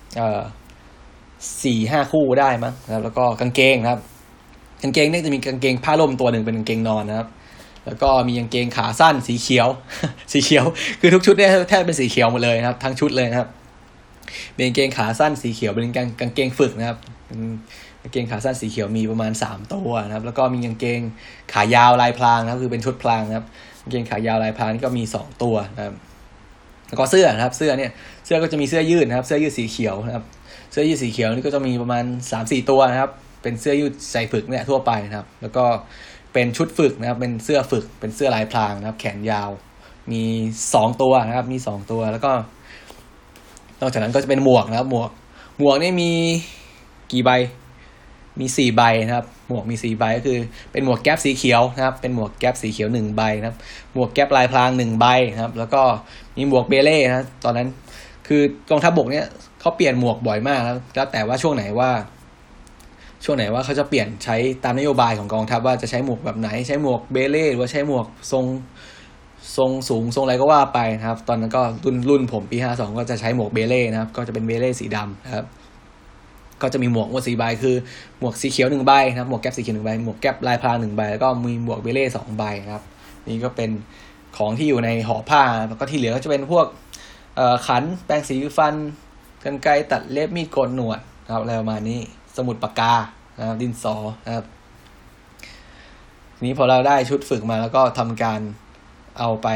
4-5 คู่ได้มั้งนะครับแล้วก็กางเกงนะครับกางเกงเนี่ยจะมีกางเกงผ้าร่มตัวหนึ่งเป็นกางเกงนอนนะครับแล้วก็มีกางเกงขาสั้นสีเขียว สีเขียวคือทุกชุดเนี่ยแทบเป็นสีเขียวหมดเลยนะครับทั้งชุดเลยนะครับเป็นกางเกงขาสั้นสีเขียวเป็นกางเกงฝึกนะครับกางเกงขาสั้นสีเขียวมีประมาณ3ตัวนะครับแล้วก็มีกางเกงขายาวลายพรางนะครับคือเป็นชุดพรางนะครับกางเกงขายาวลายพรางนี่ก็มี2ตัวนะครับแล้วก็เสื้อนะครับเสื้อก็จะมีเสื้อยืดนะครับเสื้อยืดสีเขียวนะครับเสื้อยืดสีเขียวนี่ก็จะมีประมาณ 3-4 ตัวนะครับเป็นเสื้อยืดใส่ฝึกเนี่ยทั่วไปนะครับแล้วก็เป็นชุดฝึกนะครับเป็นเสื้อฝึกเป็นเสื้อลายพรางนะครับแขนยาวมี2ตัวนะครับมี2ตัวแล้วก็นอกจากนั้นก็จะเป็นหมวกนะครับหมวกนี่มีกี่ใบมี4ใบนะครับหมวกมี4ใบก็คือเป็นหมวกแก๊ปสีเขียวนะครับเป็นหมวกแก๊ปสีเขียว1ใบนะครับหมวกแก๊ปลายพราง1ใบนะครับแล้วก็มีหมวกเบเล่นะตอนนั้นคือกองทัพบกเนี่ยเขาเปลี่ยนหมวกบ่อยมากแล้วแต่ว่าช่วงไหนว่าเขาจะเปลี่ยนใช้ตามนโยบายของกองทัพว่าจะใช้หมวกแบบไหนใช้หมวกเบเล่หรือว่าใช้หมวกทรงสูงทรงอะไรก็ว่าไปนะครับตอนนั้นก็รุ่นผมปี52ก็จะใช้หมวกเบเล่นะครับก็จะเป็นเบเล่สีดำนะครับก็จะมีหมวก4ใบคือหมวกสีเขียว1ใบนะครับหมวกแก๊ปสีเขียว1ใบหมวกแก๊ปลายพราง1ใบแล้วก็มีหมวกเบเล่2ใบนะครับนี่ก็เป็นของที่อยู่ในห่อผ้าแล้วก็ที่เหลือก็จะเป็นพวกขันแปรงสีฟันกรรไกรตัดเล็บมีดโกนหนวดนะครับอะไรประมาณนี้สมุดปากกานะครับดินสอนะครับทีนี้พอเราได้ชุดฝึกมาแล้วก็ทำการเอาไป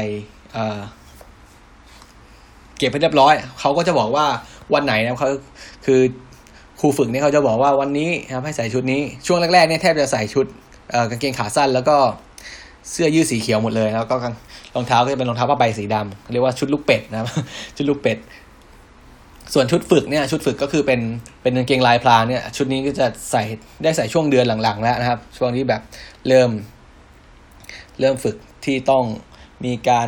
เก็บให้เรียบร้อยเขาก็จะบอกว่าวันไหนนะเขาคือครูฝึกเนี่ยเขาจะบอกว่าวันนี้นะครับให้ใส่ชุดนี้ช่วงแรกๆเนี่ยแทบจะใส่ชุดกางเกงขาสั้นแล้วก็เสื้อยืดสีเขียวหมดเลยแล้วก็รองเท้าก็จะเป็นรองเท้าผ้าใบสีดำเรียกว่าชุดลูกเป็ดนะครับ ชุดลูกเป็ดส่วนชุดฝึกเนี่ยชุดฝึกก็คือเป็นกางเกงลายพรางเนี่ยชุดนี้ก็จะใส่ช่วงเดือนหลังๆแล้วนะครับช่วงที่แบบเริ่มฝึกที่ต้องมีการ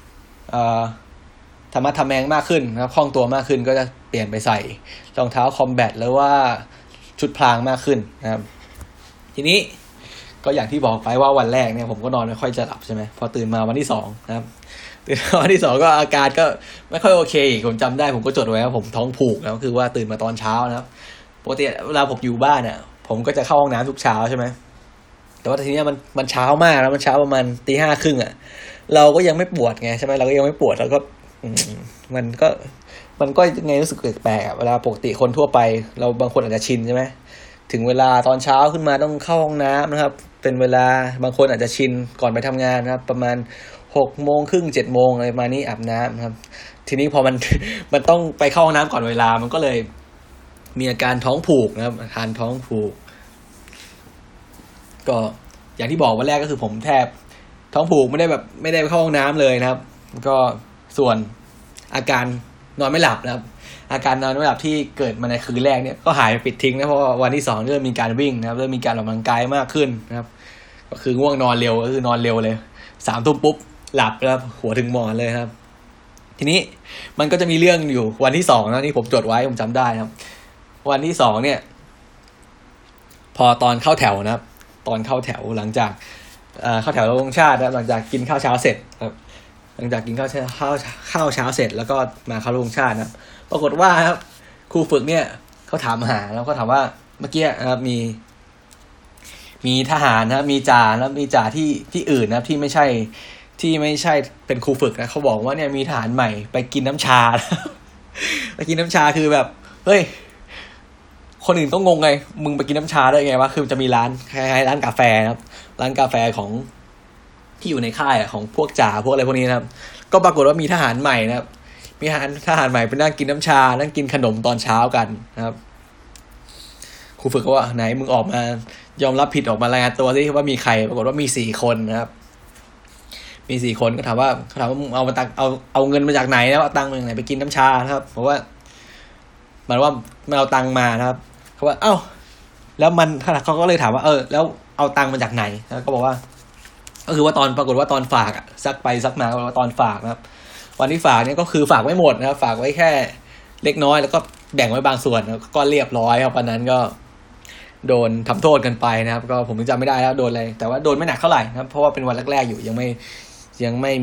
ธรรมะทำแมงมากขึ้นนะครับคล่องตัวมากขึ้นก็จะเปลี่ยนไปใส่รองเท้าคอมแบทหรือว่าชุดพรางมากขึ้นนะครับทีนี้ก็อย่างที่บอกไปว่าวันแรกเนี่ยผมก็นอนไม่ค่อยจะหลับใช่ไหมพอตื่นมาวันที่2นะครับตื่นมาวันที่2ก็อาการก็ไม่ค่อยโอเคอีกผมจำได้ผมก็จดไว้ว่าผมท้องผูกแล้วคือว่าตื่นมาตอนเช้านะครับปกติเวลาผมอยู่บ้านเนี่ยผมก็จะเข้าห้องน้ำทุกเช้าใช่ไหมแต่ว่าทีนี้มันเช้ามากแล้วมันเช้าประมาณ 5:30 อ่ะเราก็ยังไม่ปวดไงใช่ไหมเราก็ยังไม่ปวดแล้วก็มันก็ไงรู้สึกแปลกๆเวลาปกติคนทั่วไปเราบางคนอาจจะชินใช่ไหมถึงเวลาตอนเช้าขึ้นมาต้องเข้าห้องน้ำนะครับเป็นเวลาบางคนอาจจะชินก่อนไปทำงานนะครับประมาณ 6:30 7:00 อะไรประมาณนี้อาบน้ำนะครับทีนี้พอมันต้องไปเข้าห้องน้ำก่อนเวลามันก็เลยมีอาการท้องผูกนะครับอาการท้องผูกก็อย่างที่บอกวันแรกก็คือผมแทบท้องผูกไม่ได้ไปเข้าห้องน้ำเลยนะครับก็ส่วนอาการนอนไม่หลับนะครับอาการนอนไม่หลับที่เกิดมาในคืนแรกเนี่ยก็หายไปปิดทิ้งนะเพราะว่าวันที่2เริ่มมีการวิ่งนะครับเริ่มมีการออกกำลังกายมากขึ้นนะครับก็คือง่วงนอนเร็วก็คือนอนเร็วเลย 3:00 ปุ๊บหลับแล้วหัวถึงหมอนเลยครับทีนี้มันก็จะมีเรื่องอยู่วันที่2นะนี่ผมจดไว้ผมจำได้นะครับวันที่2เนี่ยพอตอนเข้าแถวนะครับตอนเข้าแถวหลังจากเข้าแถวธงชาตินะหลังจากกินข้าวเช้าเสร็จครับหลังจากกินข้าวเช้าเสร็จแล้วก็มาเข้าธงชาตินะปรากฏว่าครับครูฝึกเนี่ยเขาถามหาแล้วก็ถามว่าเมื่อกี้นะครับมีทหารนะมีจ่าแล้วมีจ่าที่อื่นนะที่ไม่ใช่เป็นครูฝึกนะเขาบอกว่าเนี่ยมีทหารใหม่ไปกินน้ำชา ไปกินน้ำชาคือแบบเฮ้ยคนอื่นก็งงไงมึงไปกินน้ำชาได้ไงวะคือจะมีร้านคล้ายๆร้านกาแฟนะครับร้านกาแฟของที่อยู่ในค่ายของพวกจ่าพวกอะไรพวกนี้นะครับก็ปรากฏว่ามีทหารใหม่นะครับมีทหารใหม่ไปนั่งกินน้ำชานั่งกินขนมตอนเช้ากันนะครับครูฝึกก็ว่าไหนมึงออกมายอมรับผิดออกมารายงานตัวที่ว่ามีใครปรากฏว่ามี4 คนนะครับมี4 คนก็ถามว่าเอามาตังเอาเงินมาจากไหนนะเอาตังค์มาจากไหนไปกินน้ำชานะครับเพราะว่าหมายว่ามันเอาตังค์มานะครับเขาว่าเอ้าแล้วมันเขาก็เลยถามว่าแล้วเอาตังค์มาจากไหนแล้วก็บอกว่าก็คือว่าปรากฏว่าตอนฝากซักไปซักมาก็ว่าตอนฝากนะครับวันที่ฝากเนี่ยก็คือฝากไม่หมดนะครับฝากไว้แค่เล็กน้อยแล้วก็แบ่งไว้บางส่วนก็เรียบร้อยครับวันนั้นก็โดนทำโทษกันไปนะครับก็ผมจำไม่ได้แล้วโดนอะไรแต่ว่าโดนไม่หนักเท่าไหร่นะครับเพราะว่าเป็นวันแรกๆอยู่ยังไม่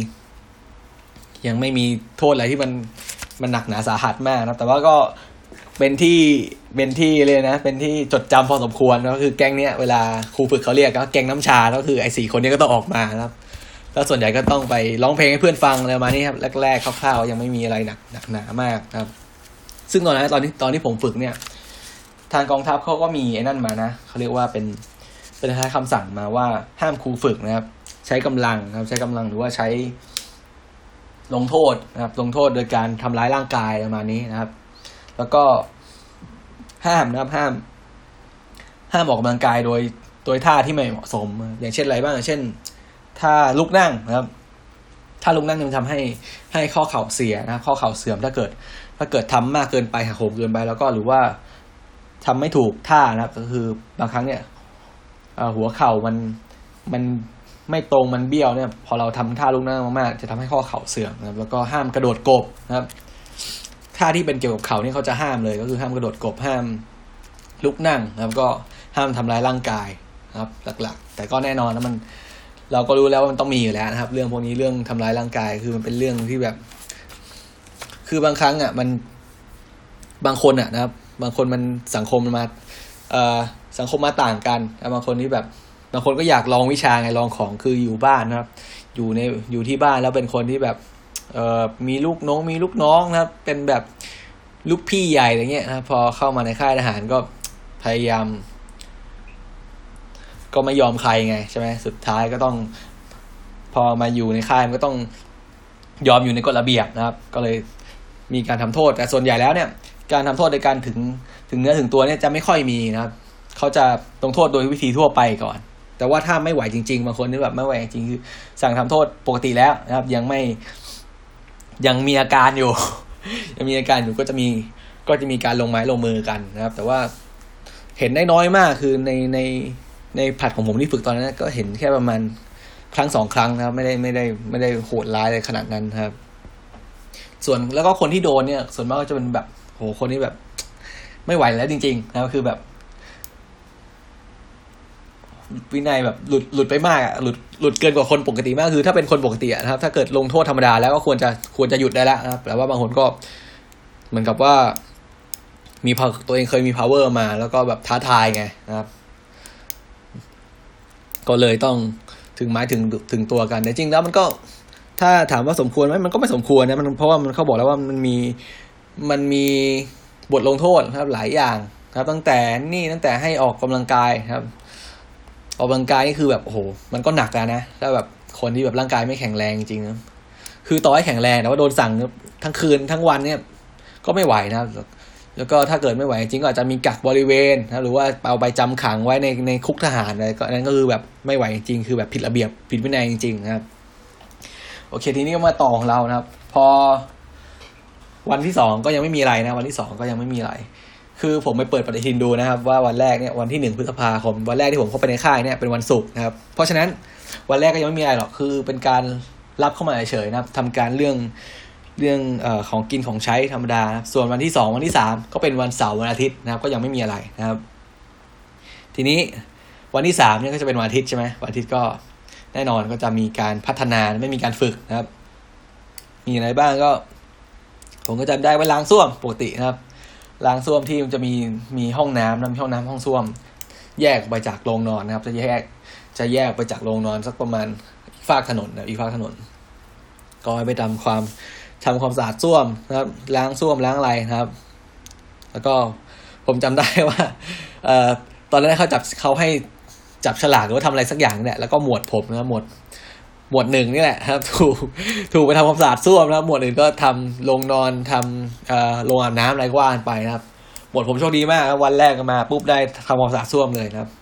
มีโทษอะไรที่มันหนักหนาสาหัสมากนะครับแต่ว่าก็เป็นที่เลยนะเป็นที่จดจำพอสมควรก็คือแก๊งเนี้ยเวลาครูฝึกเขาเรียกก็แก๊งน้ำชาก็คือไอ้4 คนนี้ก็ต้องออกมานะครับแล้วส่วนใหญ่ก็ต้องไปร้องเพลงให้เพื่อนฟังอะไรมานี่ครับแรกๆคร่าวๆยังไม่มีอะไรหนักหนามากครับซึ่งตอนที่ผมฝึกเนี่ยทางกองทัพเขาก็มีไอ้นั่นมานะเขาเรียกว่าเป็นคำสั่งมาว่าห้ามครูฝึกนะครับใช้กำลังครับใช้กำลังหรือว่าใช้ลงโทษนะครับลงโทษโดยการทำร้ายร่างกายประมาณนี้นะครับแล้วก็ห้ามนะครับห้ามออกกำลังกายโดยท่าที่ไม่เหมาะสมอย่างเช่นอะไรบ้างอย่างเช่นท่าลุกนั่งนะครับท่าลุกนั่งมันทำให้ข้อเข่าเสียนะข้อเข่าเสื่อมถ้าเกิดทำมากเกินไปหักโหมเกินไปแล้วก็หรือว่าทำไม่ถูกท่านะครับก็คือบางครั้งเนี่ยหัวเข่ามันไม่ตรงมันเบี้ยวเนี่ยพอเราทำท่าลุกนั่งมากๆจะทำให้ข้อเข่าเสื่อมนะครับแล้วก็ห้ามกระโดดกบนะครับท่าที่เป็นเกี่ยวกับเข่านี่เขาจะห้ามเลยก็คือห้ามกระโดดกบห้ามลุกนั่งแล้วก็ห้ามทำร้ายร่างกายนะครับหลักๆแต่ก็แน่นอนนะเราก็รู้แล้วว่ามันต้องมีอยู่แล้วนะครับเรื่องพวกนี้เรื่องทำร้ายร่างกายคือมันเป็นเรื่องที่แบบคือบางครั้งมันบางคนนะครับบางคนมันสังคมมาต่างกันบางคนที่แบบบางคนก็อยากลองวิชาไงลองของคืออยู่บ้านนะครับอยู่ที่บ้านแล้วเป็นคนที่แบบมีลูกน้องนะครับเป็นแบบลูกพี่ใหญ่อะไรเงี้ยนะพอเข้ามาในค่ายทหารก็พยายามก็ไม่ยอมใครไงใช่ไหมสุดท้ายก็ต้องพอมาอยู่ในค่ายมันก็ต้องยอมอยู่ในกฎระเบียบนะครับก็เลยมีการทำโทษแต่ส่วนใหญ่แล้วเนี่ยการทำโทษในการถึงเนื้อถึงตัวเนี่ยจะไม่ค่อยมีนะครับเขาจะลงโทษโดยวิธีทั่วไปก่อนแต่ว่าถ้าไม่ไหวจริงๆบางคนนี่แบบไม่ไหวจริงคือสั่งทำโทษปกติแล้วนะครับยังมีอาการอยู่ ยังมีอาการอยู่ก็จะมีการลงไม้ลงมือกันนะครับแต่ว่าเห็นได้น้อยมากคือในผัดของผมที่ฝึกตอนนั้นก็เห็นแค่ประมาณครั้ง2 ครั้งนะครับไม่ได้โหดร้ายอะไรขนาดนั้นครับส่วนแล้วก็คนที่โดนเนี่ยส่วนมากก็จะเป็นแบบโหคนที่แบบไม่ไหวแล้วจริงๆนะคือแบบวินัยแบบหลุดไปมากหลุดเกินกว่าคนปกติมากคือถ้าเป็นคนปกตินะครับถ้าเกิดลงโทษธรรมดาแล้วก็ควรจะหยุดได้แล้วนะครับแต่ว่าบางคนก็เหมือนกับว่ามีตัวเองเคยมี power มาแล้วก็แบบท้าทายไงนะครับก็เลยต้องถึงไม้ถึงตัวกันแต่จริงแล้วมันก็ถ้าถามว่าสมควรไหมมันก็ไม่สมควรนะมันเพราะว่ามันเขาบอกแล้วว่ามันมีบทลงโทษครับหลายอย่างครับตั้งแต่ให้ออกกำลังกายครับออกกำลังกายนี่คือแบบโอ้โหมันก็หนักนะถ้าแบบคนที่แบบร่างกายไม่แข็งแรงจริงๆนะคือต่อให้แข็งแรงแต่ว่าโดนสั่งทั้งคืนทั้งวันเนี่ยก็ไม่ไหวนะแล้วก็ถ้าเกิดไม่ไหวจริงก็อาจจะมีกักบริเวณนะหรือว่าเอาไปจำขังไว้ในคุกทหารอะไรก็นั้นก็คือแบบไม่ไหวจริงคือแบบผิดระเบียบผิดวินัยจริงๆนะครับโอเคทีนี้ก็มาต่อของเรานะครับพอวันที่2ก็ยังไม่มีอะไรนะวันที่2ก็ยังไม่มีอะไรคือผมไปเปิดปฏิทินดูนะครับว่าวันแรกเนี่ยวันที่1 พฤษภาคมวันแรกที่ผมเข้าไปในค่ายเนี่ยเป็นวันศุกร์นะครับเพราะฉะนั้นวันแรกก็ยังไม่มีอะไรหรอกคือเป็นการรับเข้ามาเฉยๆนะครับทำการเรื่องของกินของใช้ธรรมดาส่วนวันที่2วันที่3ก็เป็นวันเสาร์วันอาทิตย์นะครับก็ยังไม่มีอะไรนะครับทีนี้วันที่3เนี่ยก็จะเป็นวันอาทิตย์ใช่ไหมวันอาทิตย์ก็แน่นอนก็จะมีการพัฒนาไม่มีการฝึกนะครับมีอะไรบ้างก็ผมก็จำได้ว่าล้างส้วมปกตินะครับล้างส้วมที่มันจะมีห้องน้ำห้องส้วมแยกไปจากโรงนอนนะครับจะแยกไปจากโรงนอนสักประมาณอีกฝากถนนก็ไปทำความสะอาดส้วมนะครับล้างส้วมล้างอะไรนะครับแล้วก็ผมจำได้ว่าตอนนั้นเขาให้จับฉลากหรือว่าทำอะไรสักอย่างเนี่ยแล้วก็หมวดผมนะหมวด1นี่แหละครับถูกไปทำความสะอาดส้วมนะครับหมวดอื่นก็ทำโรงนอนทำโรงอาบน้ำอะไรก็ว่ากันไปนะครับหมวดผมโชคดีมากวันแรกมาปุ๊บได้ทำความสะอาดส้วมเลยนะครับ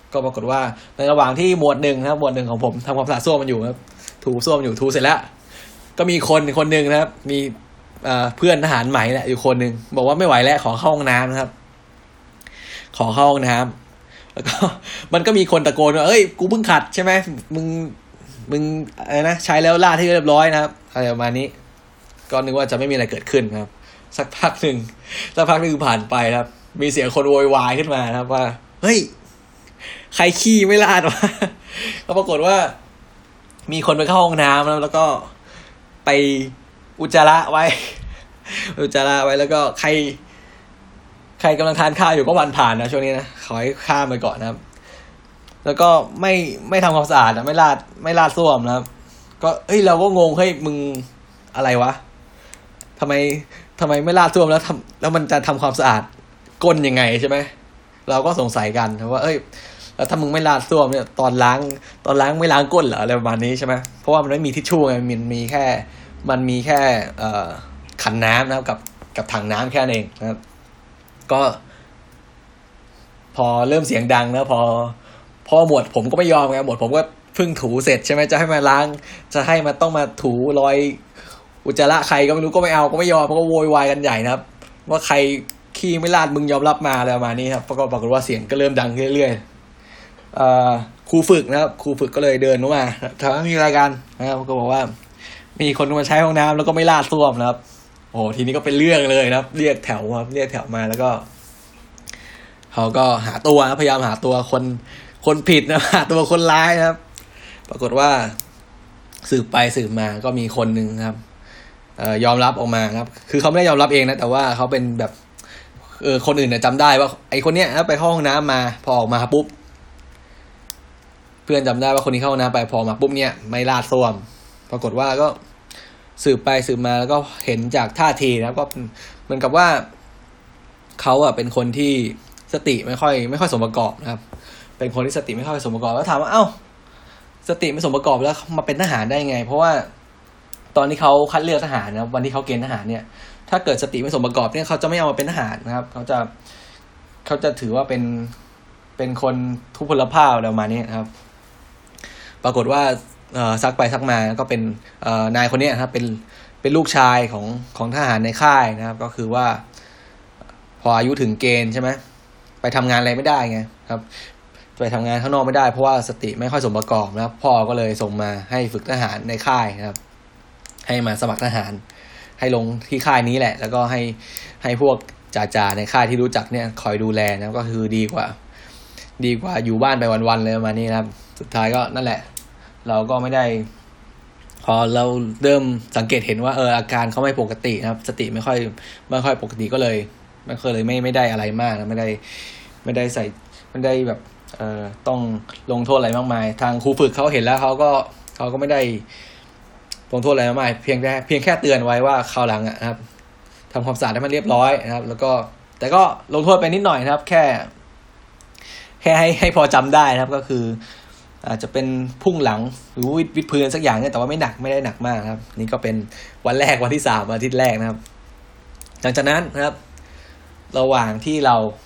ก็ปรากฏว่าในระหว่างที่หมวดหนึ่งนะครับหมวดหนึ่งของผมทำความสะอาดส้วมมันอยู่ครับถูส้วมอยู่ถูเสร็จแล้วก็มีคนหนึ่งนะครับมีเพื่อนทหารใหม่แหละอยู่คนหนึ่งบอกว่าไม่ไหวแล้วขอเข้าห้องน้ำนะครับขอเข้าห้องน้ำแล้วก็มันก็มีคนตะโกนว่าเอ้ยกูเพิ่งขัดใช่ไหมมึงอะไรนะใช้แล้วลาดให้เรียบร้อยนะครับอะไรประมาณนี้ก็นึกว่าจะไม่มีอะไรเกิดขึ้นครับสักพักหนึ่งผ่านไปครับมีเสียงคนโวยวายขึ้นมาครับว่าเฮ้ยใครขี้ไม่ลาดวะก็ปรากฏว่ามีคนไปเข้าห้องน้ำแล้วก็ไปอุจจาระไว้แล้วก็ใครกำลังทานข้าวอยู่ก็ผ่านนะช่วงนี้นะขอให้ข้ามไปก่อนนะครับแล้วก็ไม่ทำความสะอาดนะไม่ลาดส้วมนะครับก็เราก็งงเฮ้ยมึงอะไรวะทำไมไม่ลาดส้วมแล้วมันจะทำความสะอาดก้นยังไงใช่ไหมเราก็สงสัยกันว่าแล้วถ้ามึงไม่ลาดส้วมเนี่ยตอนล้างไม่ล้างก้นเหรออะไรประมาณนี้ใช่ไหมเพราะว่ามันไม่มีทิชชู่ไงมันมีแค่ขันน้ำนะครับกับถังน้ำแค่นั้นเองนะครับก็พอเริ่มเสียงดังแล้วพอหมวดผมก็ไม่ยอมไงหมวดผมก็เพิ่งถูเสร็จใช่ไหมจะให้มาล้างจะให้มาต้องมาถูรอยอุจจาระใครก็ไม่รู้ก็ไม่เอาก็ไม่ยอมก็โวยวายกันใหญ่นะครับว่าใครขี้ไม่ลาดมึงยอมรับมาอะไรประมาณนี้ครับก็ปรากฏว่าเสียงก็เริ่มดังเรื่อยๆครูฝึกนะครับครูฝึกก็เลยเดินเข้ามาถามว่ามีอะไรกันนะครับก็บอกว่ามีคนมาใช้ห้องน้ำแล้วก็ไม่ลาดส้วมนะครับโอ้ทีนี้ก็เป็นเรื่องเลยนะครับเรียกแถวมาแล้วก็เขาก็หาตัวพยายามหาตัวคนผิดนะหาตัวคนร้ายนะครับปรากฏว่าสืบไปสืบมาก็มีคนนึงครับยอมรับออกมาครับคือเขาไม่ได้ยอมรับเองนะแต่ว่าเขาเป็นแบบคนอื่นเนี่ยจำได้ว่าไอ้คนเนี้ยไปเข้าห้องน้ำมาพอออกมาปุ๊บเพื่อนจำได้ว่าคนนี้เข้าห้องน้ำไปพอมาปุ๊บเนี่ยไม่ลาดส้วมปรากฏว่าก็สืบไปสืบมาแล้วก็เห็นจากท่าทีนะครับก็เหมือนกับว่าเขาเป็นคนที่สติไม่ค่อยสมประกอบนะครับเป็นคนที่สติไม่ค่อยสมประกอบแล้วถามว่าสติไม่สมประกอบแล้วมาเป็นทหารได้ไงเพราะว่าตอนที่เขาคัดเลือกทหารนะวันที่เขาเกณฑ์ทหารเนี่ยถ้าเกิดสติไม่สมประกอบเนี่ยเขาจะไม่เอามาเป็นทหารนะครับเขาจะถือว่าเป็นคนทุพพลภาพอะไรประมาณนี้นะครับปรากฏว่าซักไปซักมาก็เป็นนายคนนี้ครับเป็นลูกชายของทหารในค่ายนะครับก็คือว่าพออายุถึงเกณฑ์ใช่ไหมไปทำงานอะไรไม่ได้ไงครับไปทำงานข้างนอกไม่ได้เพราะว่าสติไม่ค่อยสมประกอบนะครับพ่อก็เลยส่งมาให้ฝึกทหารในค่ายนะครับให้มาสมัครทหารให้ลงที่ค่ายนี้แหละแล้วก็ให้พวกจ่าในค่ายที่รู้จักเนี่ยคอยดูแลนะก็คือดีกว่าอยู่บ้านไปวันๆเลยประมาณนี้นะครับสุดท้ายก็นั่นแหละเราก็ไม่ได้พอเราเริ่มสังเกตเห็นว่าอาการเขาไม่ปกตินะครับสติไม่ค่อยปกติก็เลยไม่ได้อะไรมากนะไม่ได้ใส่ไม่ได้แบบต้องลงโทษอะไรมากมายทางครูฝึกเขาเห็นแล้วเขาก็ไม่ได้ลงโทษอะไรมากมายเพียงแค่เตือนไว้ว่าคราวหลังนะครับทำความสะอาดให้มันเรียบร้อยนะครับแล้วก็แต่ก็ลงโทษไปนิดหน่อยนะครับแค่ให้พอจำได้นะครับก็คืออาจจะเป็นพุ่งหลังหรือวิดพื้นสักอย่างเนี่ยแต่ว่าไม่ได้หนักมากครับนี่ก็เป็นวันแรกวันที่3อาทิตย์แรกนะครับหลังจากนั้นนะครับระหว่างที่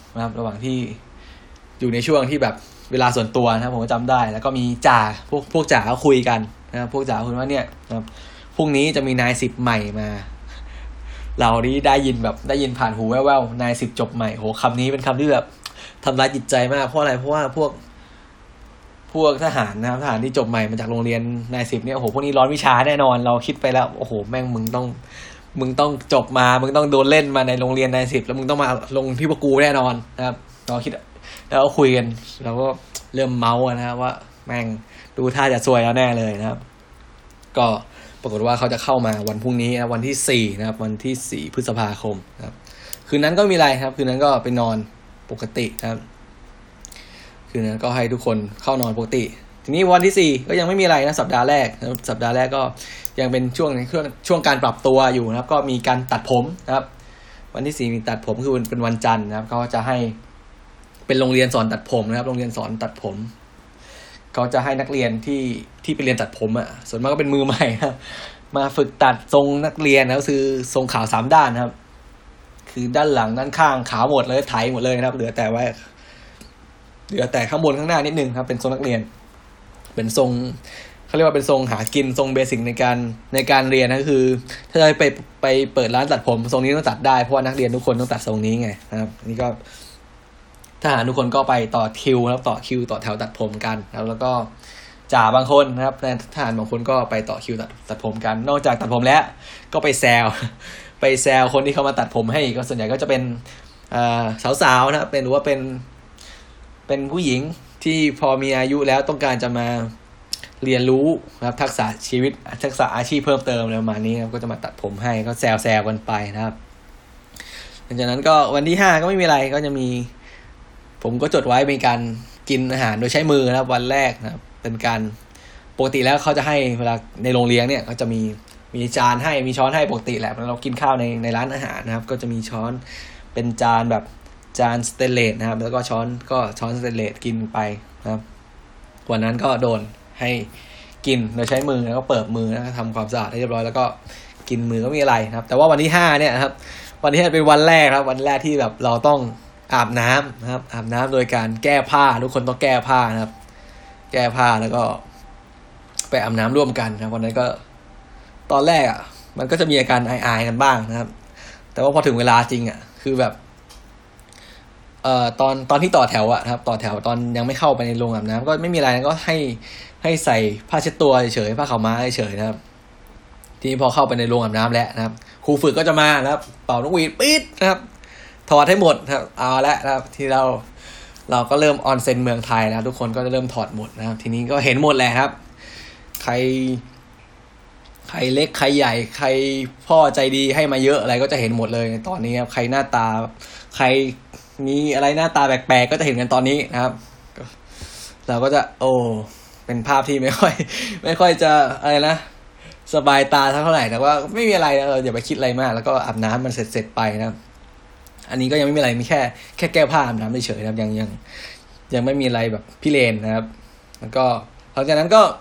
อยู่ในช่วงที่แบบเวลาส่วนตัวนะครับผมก็จำได้แล้วก็มีพวกจ่าเขาคุยกันนะครับพวกจ่าคุยว่าเนี่ยนะครับพรุ่งนี้จะมีนาย10ใหม่มาเรานี้ได้ยินผ่านหูแว่วๆนาย10จบใหม่โหคำนี้เป็นคำที่แบบทำร้ายจิตใจมากเพราะอะไรเพราะว่าพวกทหารนะครับทหารที่จบใหม่มาจากโรงเรียนนาย10เนี่ยโอ้โหพวกนี้ร้อนวิชาแน่นอนเราคิดไปแล้วโอ้โหแม่งมึงต้องจบมามึงต้องโดนเล่นมาในโรงเรียนนาย10แล้วมึงต้องมาลงที่พวกกูแน่นอนนะครับเราคิดแล้วก็คุยกันเราก็เริ่มเมาส์นะครับว่าแม่งดูท่าจะซวยแล้วแน่เลยนะครับก็ปรากฏว่าเขาจะเข้ามาวันพรุ่งนี้นะวันที่4นะครับวันที่4พฤษภาคมนะครับคืนนั้นก็มีอะไรครับคืนนั้นก็ไปนอนปกตินะครับคืนนั้นก็ให้ทุกคนเข้านอนปกติทีนี้วันที่4ก็ยังไม่มีอะไรนะสัปดาห์แรกก็ยังเป็นช่วงการปรับตัวอยู่นะครับก็มีการตัดผมนะครับวันที่4มีตัดผมคือเป็นวันจันทร์นะครับเขาจะให้เป็นโรงเรียนสอนตัดผมนะครับโรงเรียนสอนตัดผมเขาจะให้นักเรียนที่ไปเรียนตัดผมส่วนมากก็เป็นมือใหม่ครับมาฝึกตัดทรงนักเรียนแล้วคือทรงขาว3ด้านนะครับคือด้านหลังด้านข้างขาวหมดเลยไถหมดเลยนะครับเหลือแต่ไว้เหลือแต่ข้างบนข้างหน้านิดนึงครับเป็นทรงนักเรียนเป็นทรงเขาเรียกว่าเป็นทรงหากินทรงเบสิกในการเรียนก็คือถ้าจะไปเปิดร้านตัดผมทรงนี้ต้องตัดได้เพราะว่านักเรียนทุกคนต้องตัดทรงนี้ไงนะครับนี่ก็ทหารทุกคนก็ไปต่อคิวครับต่อคิวต่อแถวตัดผมกันแล้วก็จ่าบางคนนะครับทหารบางคนก็ไปต่อคิวตัดผมกันนอกจากตัดผมแล้วก็ไปแซวคนที่เขามาตัดผมให้ก็ส่วนใหญ่ก็จะเป็นสาวๆนะครับเป็นหรือว่าเป็นผู้หญิงที่พอมีอายุแล้วต้องการจะมาเรียนรู้นะครับทักษะชีวิตทักษะอาชีพเพิ่มเติมอะไรประมาณนี้ครับก็จะมาตัดผมให้ก็แซวกันไปนะครับหลังจากนั้นก็วันที่5ก็ไม่มีอะไรก็จะมีผมก็จดไว้เป็นการกินอาหารโดยใช้มือนะครับวันแรกนะครับเป็นการปกติแล้วเขาจะให้เวลาในโรงเรียนเนี่ยเขาจะมีจานให้มีช้อนให้ปกติแหละเรากินข้าวในร้านอาหารนะครับก็จะมีช้อนเป็นจานแบบจานสเตนเลสนะครับแล้วก็ช้อนสเตนเลสกินไปนะครับวันนั้นก็โดนให้กินโดยใช้มือแล้วก็เปิดมือแล้วก็ทำความสะอาดให้เรียบร้อยแล้วก็กินมือก็ไม่มีอะไรนะครับแต่ว่าวันที่5เนี่ยครับวันที่5เป็นวันแรกครับวันแรกที่แบบเราต้องอาบน้ำนะครับอาบน้ำโดยการแก้ผ้าทุกคนต้องแก้ผ้านะครับแก้ผ้าแล้วก็ไปอาบน้ำร่วมกันนะวันนั้นก็ตอนแรกมันก็จะมีอาการอายๆกันบ้างนะครับแต่ว่าพอถึงเวลาจริงคือแบบตอนที่ต่อแถวนะครับต่อแถวตอนยังไม่เข้าไปในโรงอาบน้ำก็ไม่มีอะไรก็ให้ใส่ผ้าเช็ดตัวเฉยๆผ้าขาวม้าเฉยๆนะครับทีนี้พอเข้าไปในโรงอาบน้ำแล้วนะครับครูฝึกก็จะมานะครับเป่านกหวีดปี๊ดนะครับถอดให้หมดครับเอาละนะครับที่เราก็เริ่มออนเซ็นเมืองไทยแล้วทุกคนก็จะเริ่มถอดหมดนะครับทีนี้ก็เห็นหมดแหละครับใครเล็กใครใหญ่ใครพ่อใจดีให้มาเยอะอะไรก็จะเห็นหมดเลยในตอนนี้ครับใครหน้าตาใครมีอะไรหน้าตาแปลกๆก็จะเห็นกันตอนนี้นะครับเราก็จะเป็นภาพที่ไม่ค่อยจะอะไรนะสบายตาเท่าไหร่แต่ว่าไม่มีอะไรนะอย่าไปคิดอะไรมากแล้วก็อาบน้ำมันเสร็จไปนะครับอันนี้ก็ยังไม่มีอะไรมีแค่แก้ผ้าอาบน้ำเฉยๆนะครับยังไม่มีอะไรแบบพิเรนนะครับแล้วก็หลังจากนั้นก็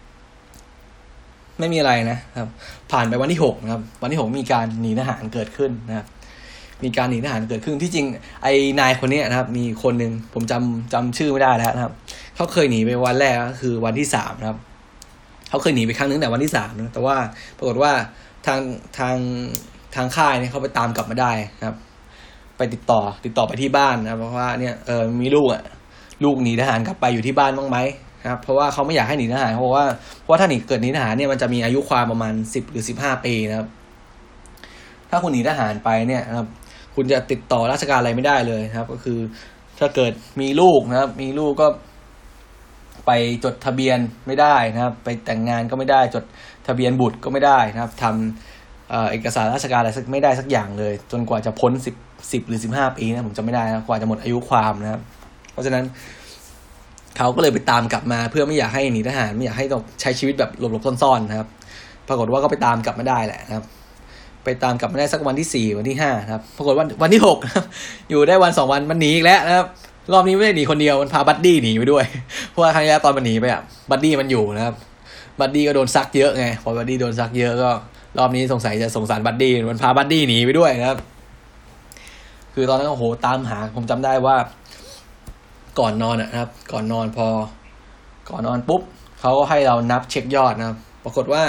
ไม่มีอะไรนะครับผ่านไปวันที่6นะครับวันที่6มีการหนีทหารเกิดขึ้นนะครับมีการหนีทหารเกิดขึ้นที่จริงไอ้นายคนนี้นะครับมีคนนึงผมจำชื่อไม่ได้แล้วนะครับเขาเคยหนีไปวันแรกก็คือวันที่3นะครับเขาเคยหนีไปครั้งนึงแต่วันที่3นะแต่ว่าปรากฏว่าทางค่ายเนี่ยเขาไปตามกลับมาได้ครับไปติดต่อไปที่บ้านนะเพราะว่าเนี่ยมีลูกหนีทหารกลับไปอยู่ที่บ้านบ้างไหมครับเพราะว่าเขาไม่อยากให้หนีทหารเพราะว่าถ้าหนีทหารเนี่ยมันจะมีอายุความประมาณ10หรือ15ปีนะครับถ้าคุณหนีทหารไปเนี่ยนะครับคุณจะติดต่อราชการอะไรไม่ได้เลยครับก็คือถ้าเกิดมีลูกนะครับมีลูกก็ไปจดทะเบียนไม่ได้นะครับไปแต่งงานก็ไม่ได้จดทะเบียนบุตรก็ไม่ได้นะครับทำเอกสารราชการอะไรไม่ได้สักอย่างเลยจนกว่าจะพ้น10หรือ15ปีนะผมจำไม่ได้นะกว่าจะหมดอายุความนะครับเพราะฉะนั้นเขาก็เลยไปตามกลับมาเพื่อไม่อยากให้หนีทหารไม่อยากให้ต้องใช้ชีวิตแบบหลบๆซ่อนๆนะครับปรากฏว่าก็ไปตามกลับมาได้แหละนะครับไปตามกลับมาได้สักวันที่4วันที่5นะครับปรากฏวันที่6นะครับอยู่ได้วัน2วันมันหนีอีกแล้วนะครับรอบนี้ไม่ได้หนีคนเดียวมันพาบัดดี้หนีไปด้วยเพราะว่าครั้งแรกตอนมันหนีไปบัดดี้มันอยู่นะครับบัดดี้ก็โดนซักเยอะไงพอบัดดี้โดนซักเยอะก็รอบนี้สงสัยจะสงสารบัดดี้มันพาบัดดี้หนีไปด้วยนะครับคือตอนนั้นโอ้โหตามหาผมจำได้ว่าก่อนนอนนะครับก่อนนอนปุ๊บเขาก็ให้เรานับเช็คยอดนะครับปรากฏว่า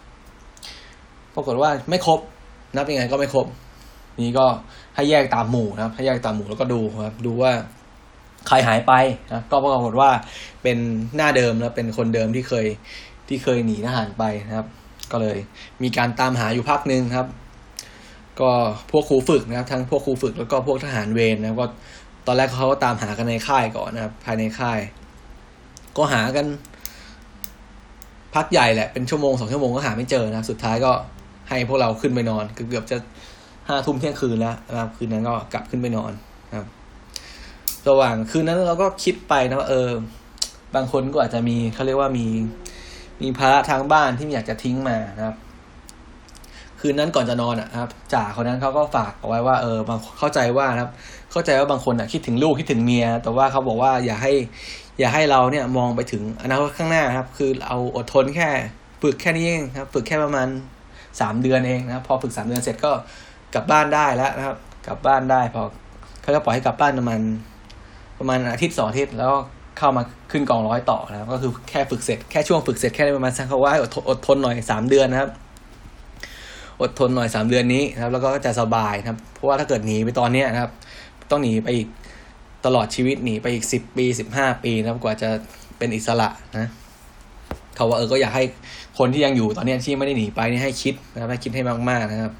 ไม่ครบนับยังไงก็ไม่ครบนี่ก็ให้แยกตามหมู่นะครับให้แยกตามหมู่แล้วก็ดูครับดูว่าใครหายไปนะก็ปรากฏว่าเป็นหน้าเดิมแล้วเป็นคนเดิมที่เคยหนีทหารไปนะครับก็เลยมีการตามหาอยู่พักนึงครับก็พวกครูฝึกนะครับทั้งพวกครูฝึกแล้วก็พวกทหารเวรนะครับก็ตอนแรกเขาก็ตามหากันในค่ายก่อนนะครับภายในค่ายก็หากันพักใหญ่แหละเป็นชั่วโมง2 ชั่วโมงก็หาไม่เจอนะครับสุดท้ายก็ให้พวกเราขึ้นไปนอนเกือบจะ5 ทุ่มเที่ยงคืนแล้วนะครับคืนนั้นก็กลับขึ้นไปนอนนะครับระหว่างคืนนั้นเราก็คิดไปนะว่าบางคนก็อาจจะมีเขาเรียกว่ามีภาระทางบ้านที่อยากจะทิ้งมานะครับคืนนั้นก่อนจะนอนนะครับจ่าคนนั้นเขาก็ฝากเอาไว้ว่าบางเข้าใจว่าบางคนคิดถึงลูกคิดถึงเมียแต่ว่าเขาบอกว่าอย่าให้เราเนี่ยมองไปถึงอนาคตข้างหน้าครับคือเอาอดทนแค่ฝึกแค่นี้เองครับฝึกแค่ประมาณ3 เดือนเองนะพอฝึก3 เดือนเสร็จก็กลับบ้านได้แล้วนะครับกลับบ้านได้พอเขาก็ปล่อยให้กลับบ้านประมาณประมาณอาทิตย์2อาทิตย์แล้วก็เข้ามาขึ้นกองร้อยต่อนะครับก็คือแค่ฝึกเสร็จแค่ช่วงฝึกเสร็จแค่ประมาณสักว่าอดทนหน่อย3เดือนนะครับอดทนหน่อย3เดือนนี้นะครับแล้วก็จะสบายนะครับเพราะว่าถ้าเกิดหนีไปตอนนี้นะครับต้องหนีไปอีกตลอดชีวิตหนีไปอีก10ปี15ปีนะครับกว่าจะเป็นอิสระนะเขาว่าก็อยากให้คนที่ยังอยู่ตอนนี้ที่ไม่ได้หนีไปนี่ให้คิดนะครับให้คิดให้มากๆนะครับ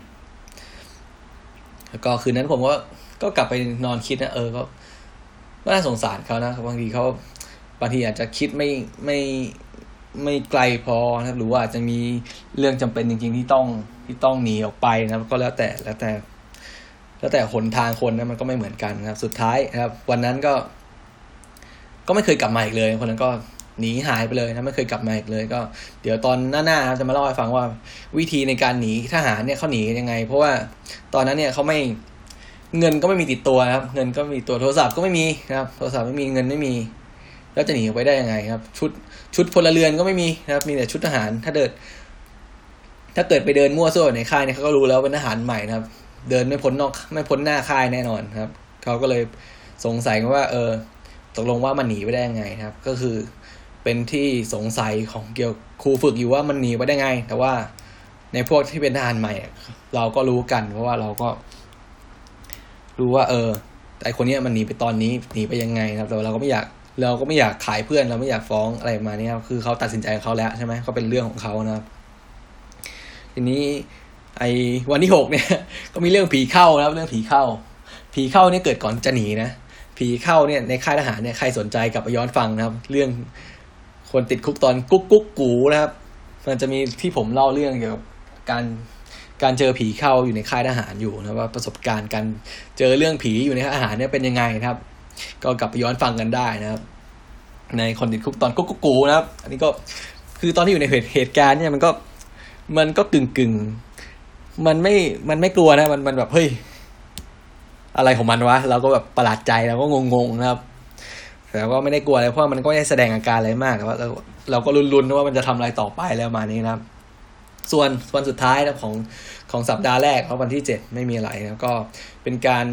แล้วก็คืนนั้นผมก็กลับไปนอนคิดนะก็น่าสงสารเขานะบางทีอาจจะคิดไม่ไกลพอนะครับหรือว่าอาจจะมีเรื่องจำเป็นจริงๆที่ต้องหนีออกไปนะครับก็แล้วแต่หนทางคนนะมันก็ไม่เหมือนกันนะครับสุดท้ายนะครับวันนั้นก็ไม่เคยกลับมาอีกเลยคนนั้นก็หนีหายไปเลยนะไม่เคยกลับมาอีกเลยก็เดี๋ยวตอนหน้าจะมาเล่าให้ฟังว่าวิธีในการหนีทหารเนี่ยเขาหนียังไงเพราะว่าตอนนั้นเนี่ยเขาไม่เงินก็ไม่มีติดตัวนะครับเงินก็มีตัวโทรศัพท์ก็ไม่มีนะครับโทรศัพท์ไม่มีเงินไม่มีแล้วจะหนีไปได้ยังไงครับชุดพลเรือนก็ไม่มีนะครับมีแต่ชุดทหารถ้าเกิดไปเดินมั่วซั่วในค่ายเนี่ยเขาก็รู้แล้วเป็นทหารใหม่นะครับเดินไม่พ้นหน้าค่ายแน่นอนครับเขาก็เลยสงสัยว่าตกลงว่ามันหนีไปได้ยังไงครับก็คือเป็นที่สงสัยของเกี่ยวครูฝึกอยู่ว่ามันหนีไปได้ไงแต่ว่าในพวกที่เป็นทหารใหม่เราก็รู้กันเพราะว่าเราก็รู้ว่าแต่คนนี้มันหนีไปตอนนี้หนีไปยังไงครับแต่เราก็ไม่อยากขายเพื่อนเราไม่อยากฟ้องอะไรมาเนี่ยครับคือเขาตัดสินใจเขาแล้วใช่ไหมก็เป็นเรื่องของเขานะครับทีนี้วันที่6เนี่ยก็มีเรื่องผีเข้านะครับเรื่องผีเข้าเนี่ยเกิดก่อนจะหนีนะผีเข้าเนี่ยในค่ายทหารเนี่ยใครสนใจกลับไปย้อนฟังนะครับเรื่องคนติดคุกตอนกุ๊กกูนะครับมันจะมีที่ผมเล่าเรื่องเกี่ยวกับการเจอผีเข้าอยู่ในค่ายทหารอยู่นะว่าประสบการณ์การเจอเรื่องผีอยู่ในค่ายทหารเนี่ยเป็นยังไงนะครับก็กลับไปย้อนฟังกันได้นะครับในคนติดคุกตอนกุ๊กกูนะครับอันนี้ก็คือตอนที่อยู่ในเหตุการณ์เนี่ยมันก็กึ่งมันไม่กลัวนะมันแบบเฮ้ยอะไรของมันวะเราก็แบบประหลาดใจเราก็งงนะครับแต่ว่าไม่ได้กลัวอะไรเพราะมันก็ไม่ได้แสดงอาการอะไรมากแต่ว่าเราก็ลุ้นๆว่ามันจะทำอะไรต่อไปแล้วมานี้นะครับส่วนวันสุดท้ายนะของสัปดาห์แรกวันที่7ไม่มีอะไรนะก็เป็นการ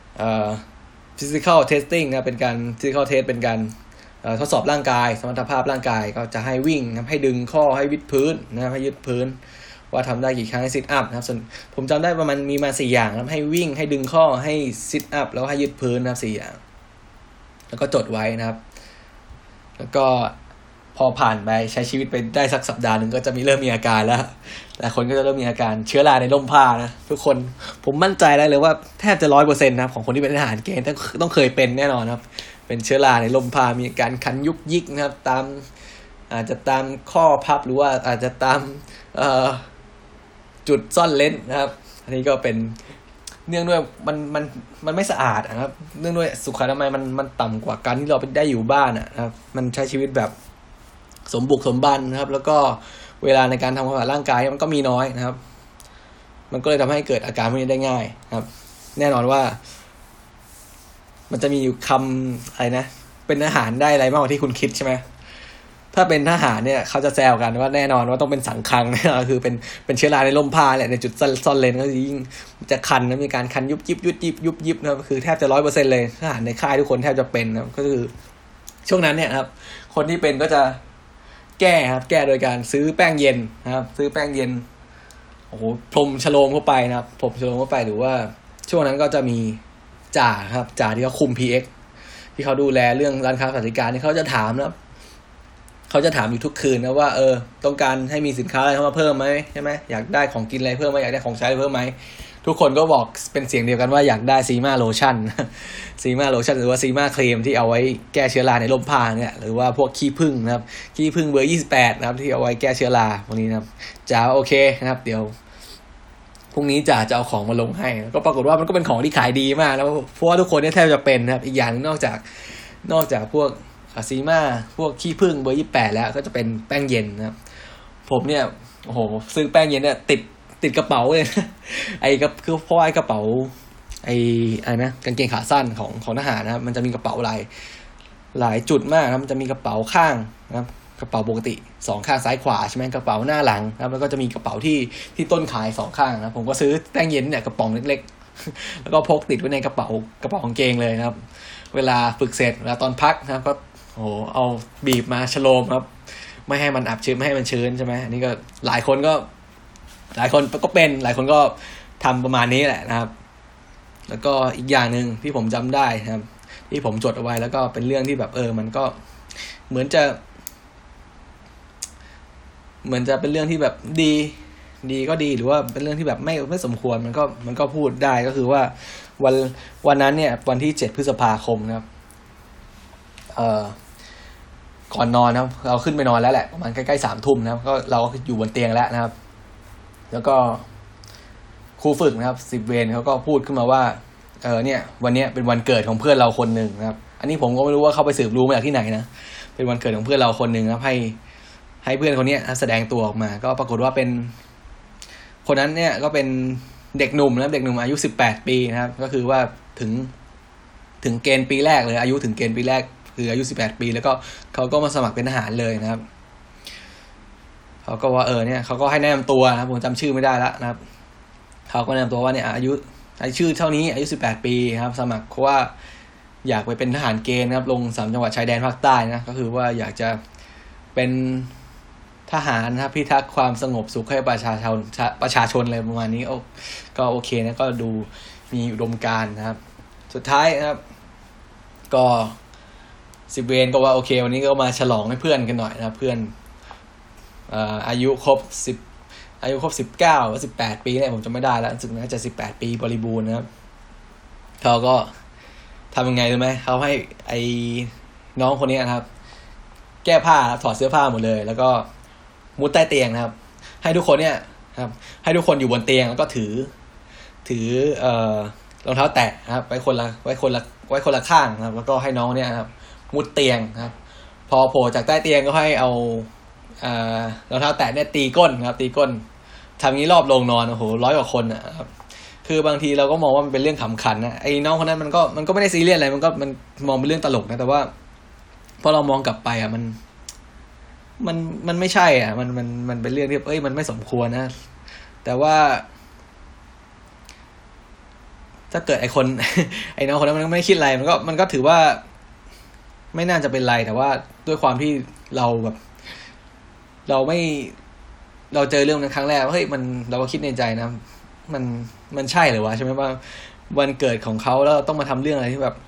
physical testing นะเป็นการ physical test เป็นการทดสอบร่างกายสมรรถภาพร่างกายก็จะให้วิ่งนะให้ดึงข้อให้วิดพื้นนะให้ยืดพื้นว่าทำได้กี่ครั้งให้ซิทอัพนะครับส่วนผมจำได้ประมาณมีมา4อย่างนะให้วิ่งให้ดึงข้อให้ซิทอัพแล้วให้ยืดพื้นนะครับ4อย่างแล้วก็จดไว้นะครับแล้วก็พอผ่านไปใช้ชีวิตไปได้สักสัปดาห์นึงก็จะเริ่มมีอาการแล้วแต่คนก็จะเริ่มมีอาการเชื้อราในร่มผ้านะทุกคนผมมั่นใจได้เลยว่าแทบจะ 100% นะครับของคนที่เป็นทหารเกณฑ์ต้องเคยเป็นแน่นอนครับเป็นเชื้อราในร่มผ้ามีการคันยุกยิกนะครับอาจจะตามข้อพับหรือว่าอาจจะตามจุดซ่อนเลนนะครับอันนี้ก็เป็นเนื่องด้วยมันไม่สะอาดนะครับเนื่องด้วยสุขอนามัยมันต่ำกว่าการที่เราไปได้อยู่บ้านนะครับมันใช้ชีวิตแบบสมบุกสมบันนะครับแล้วก็เวลาในการทำความสะอาดร่างกายมันก็มีน้อยนะครับมันก็เลยทำให้เกิดอาการพวกนี้ได้ง่ายครับแน่นอนว่ามันจะมีอยู่คำอะไรนะเป็นทหารได้อะไรมากกว่าที่คุณคิดใช่ไหมถ้าเป็นทหารเนี่ยเขาจะแซวกันว่าแน่นอนว่าต้องเป็นสังคังนะคือเป็นเชื้อราในร่มผ้าแหละในจุดซ่อนเลนก็ยิ่งจะคันนะมีการคันยุบยิบนะครับคือแทบจะ 100% เลยทหารในค่ายทุกคนแทบจะเป็นนะก็คือช่วงนั้นเนี่ยครับคนที่เป็นก็จะแก้โดยการซื้อแป้งเย็นนะครับซื้อแป้งเย็นโอ้โหพรมฉโลมเข้าไปนะครับพรมฉโลมเข้าไปหรือว่าช่วงนั้นก็จะมีจ่าครับจ่าที่เขาคุม PX ที่เขาดูแลเรื่องร้านค้าสวัสดิการนี่เขาจะถามนะครับเขาจะถามอยู่ทุกคืนนะว่าต้องการให้มีสินค้าอะไรเข้ามาเพิ่มไหมใช่ไหมอยากได้ของกินอะไรเพิ่มไหมอยากได้ของใช้อะไรเพิ่มไหมทุกคนก็บอกเป็นเสียงเดียวกันว่าอยากได้ซีมาโลชั่นซีมาโลชั่นหรือว่าซีมาครีมที่เอาไว้แก้เชื้อราในร่มผ้าเนี่ยหรือว่าพวกขี้ผึ้งนะครับขี้ผึ้งเบอร์28นะครับที่เอาไว้แก้เชื้อราพวกนี้นะครับจ๋าโอเคนะครับเดี๋ยวพรุ่งนี้จ๋าจะเอาของมาลงให้ก็ปรากฏว่ามันก็เป็นของที่ขายดีมากแล้วเพราะว่าทุกคนเนี่ยแทบจะเป็นนะครับอีกอย่างนอกจากพวกซีมาพวกขี้ผึ้งเบอร์28แล้วก็จะเป็นแป้งเย็นนะครับผมเนี่ยโอ้โหซื้อแป้งเย็นเนี่ยติดกระเป๋าเลยก็คือเพราะว่าไอ้กระเป๋าอะไรนะกางเกงขาสั้นของทหารนะครับมันจะมีกระเป๋าหลายจุดมากนะมันจะมีกระเป๋าข้างนะครับกระเป๋าปกติ2ข้างซ้ายขวาใช่ไหมกระเป๋าหน้าหลังนะครับแล้วก็จะมีกระเป๋าที่ต้นขาย2ข้างนะผมก็ซื้อแป้งเย็นเนี่ยกระป๋องเล็กแล้วก็พกติดไว้ในกระเป๋ากางเกงเลยนะครับเวลาฝึกเสร็จเวลาตอนพักนะครับก็เอาบีบมาชโลมครับไม่ให้มันอับชื้นไม่ให้มันชื้นใช่ไหมอันนี้ก็หลายคนก็เป็นหลายคนก็ทำประมาณนี้แหละนะครับแล้วก็อีกอย่างนึงที่ผมจำได้นะครับที่ผมจดเอาไว้แล้วก็เป็นเรื่องที่แบบมันก็เหมือนจะเป็นเรื่องที่แบบดีก็ดีหรือว่าเป็นเรื่องที่แบบไม่สมควรมันก็พูดได้ก็คือว่าวันนั้นเนี่ยวันที่7 พฤษภาคมนะครับก่อนนอนนะครับเราขึ้นไปนอนแล้วแหละประมาณใกล้ๆ3 ทุ่มนะครับก็เราก็อยู่บนเตียงแล้วนะครับแล้วก็ครูฝึกนะครับ10 เวรเขาก็พูดขึ้นมาว่าเนี่ยวันนี้เป็นวันเกิดของเพื่อนเราคนหนึ่งนะครับอันนี้ผมก็ไม่รู้ว่าเขาไปสืบรู้มาจากที่ไหนนะเป็นวันเกิดของเพื่อนเราคนหนึ่งครับให้เพื่อนคนนี้แสดงตัวออกมาก็ปรากฏว่าเป็นคนนั้นเนี่ยก็เป็นเด็กหนุ่มนะเด็กหนุ่มอายุ18 ปีนะครับก็คือว่าถึงเกณฑ์ปีแรกเลยอายุถึงเกณฑ์ปีแรกคืออายุ18 ปีแล้วก็เขาก็มาสมัครเป็นทหารเลยนะครับเขาก็ว่าเนี่ยเขาก็ให้แนะนำตัวนะครับผมจำชื่อไม่ได้แล้วนะครับเขาก็แนะนำตัวว่าเนี่ยอายุชื่อเท่านี้อายุ18 ปีครับสมัครเพราะว่าอยากไปเป็นทหารเกณฑ์นะครับลง3 จังหวัดชายแดนภาคใต้นะก็คือว่าอยากจะเป็นทหารนะครับพิทักษ์ความสงบสุขให้ประชาชนอะไรประมาณนี้ก็โอเคนะก็ดูมีอุดมการณ์นะครับสุดท้ายนะครับก็10 เวรก็ว่าโอเควันนี้ก็มาฉลองให้เพื่อนกันหน่อยนะครับเพื่อนอายุครบ19 หรือ18 ปีเนี่ยผมจำไม่ได้แล้วรู้สึกน่าจะ18 ปีบริบูรณ์นะครับเขาก็ทำยังไงรู้ไหมเขาให้ไอ้น้องคนนี้นะครับแก้ผ้าถอดเสื้อผ้าหมดเลยแล้วก็มุดใต้เตียงนะครับให้ทุกคนเนี่ยครับให้ทุกคนอยู่บนเตียงแล้วก็ถือรองเท้าแตะนะครับไว้คนละข้างนะครับแล้วก็ให้น้องเนี่ยครับมุดเตียงนะครับพอโผล่จากใต้เตียงก็ให้เอารองเท้าแตะเนี่ยตีก้นครับตีก้นทำงี้รอบโรงนอนโอ้โห100 กว่าคนนะครับคือบางทีเราก็มองว่ามันเป็นเรื่องขำขันนะไอ้น้องคนนั้นมันก็ไม่ได้ซีเรียสอะไรมันมองเป็นเรื่องตลกนะแต่ว่าพอเรามองกลับไปมันไม่ใช่มันเป็นเรื่องที่มันไม่สมควรนะแต่ว่าถ้าเกิดไอ้น้องคนนั้นมันไม่ได้คิดอะไรมันก็ถือว่าไม่น่าจะเป็นไรแต่ว่าด้วยความที่เราแบบเราเจอเรื่องนั้นครั้งแรกเราก็คิดในใจนะมันใช่หรือวะใช่ไหมว่าวันเกิดของเขาแล้วต้องมาทำเรื่องอะไรที่แบบ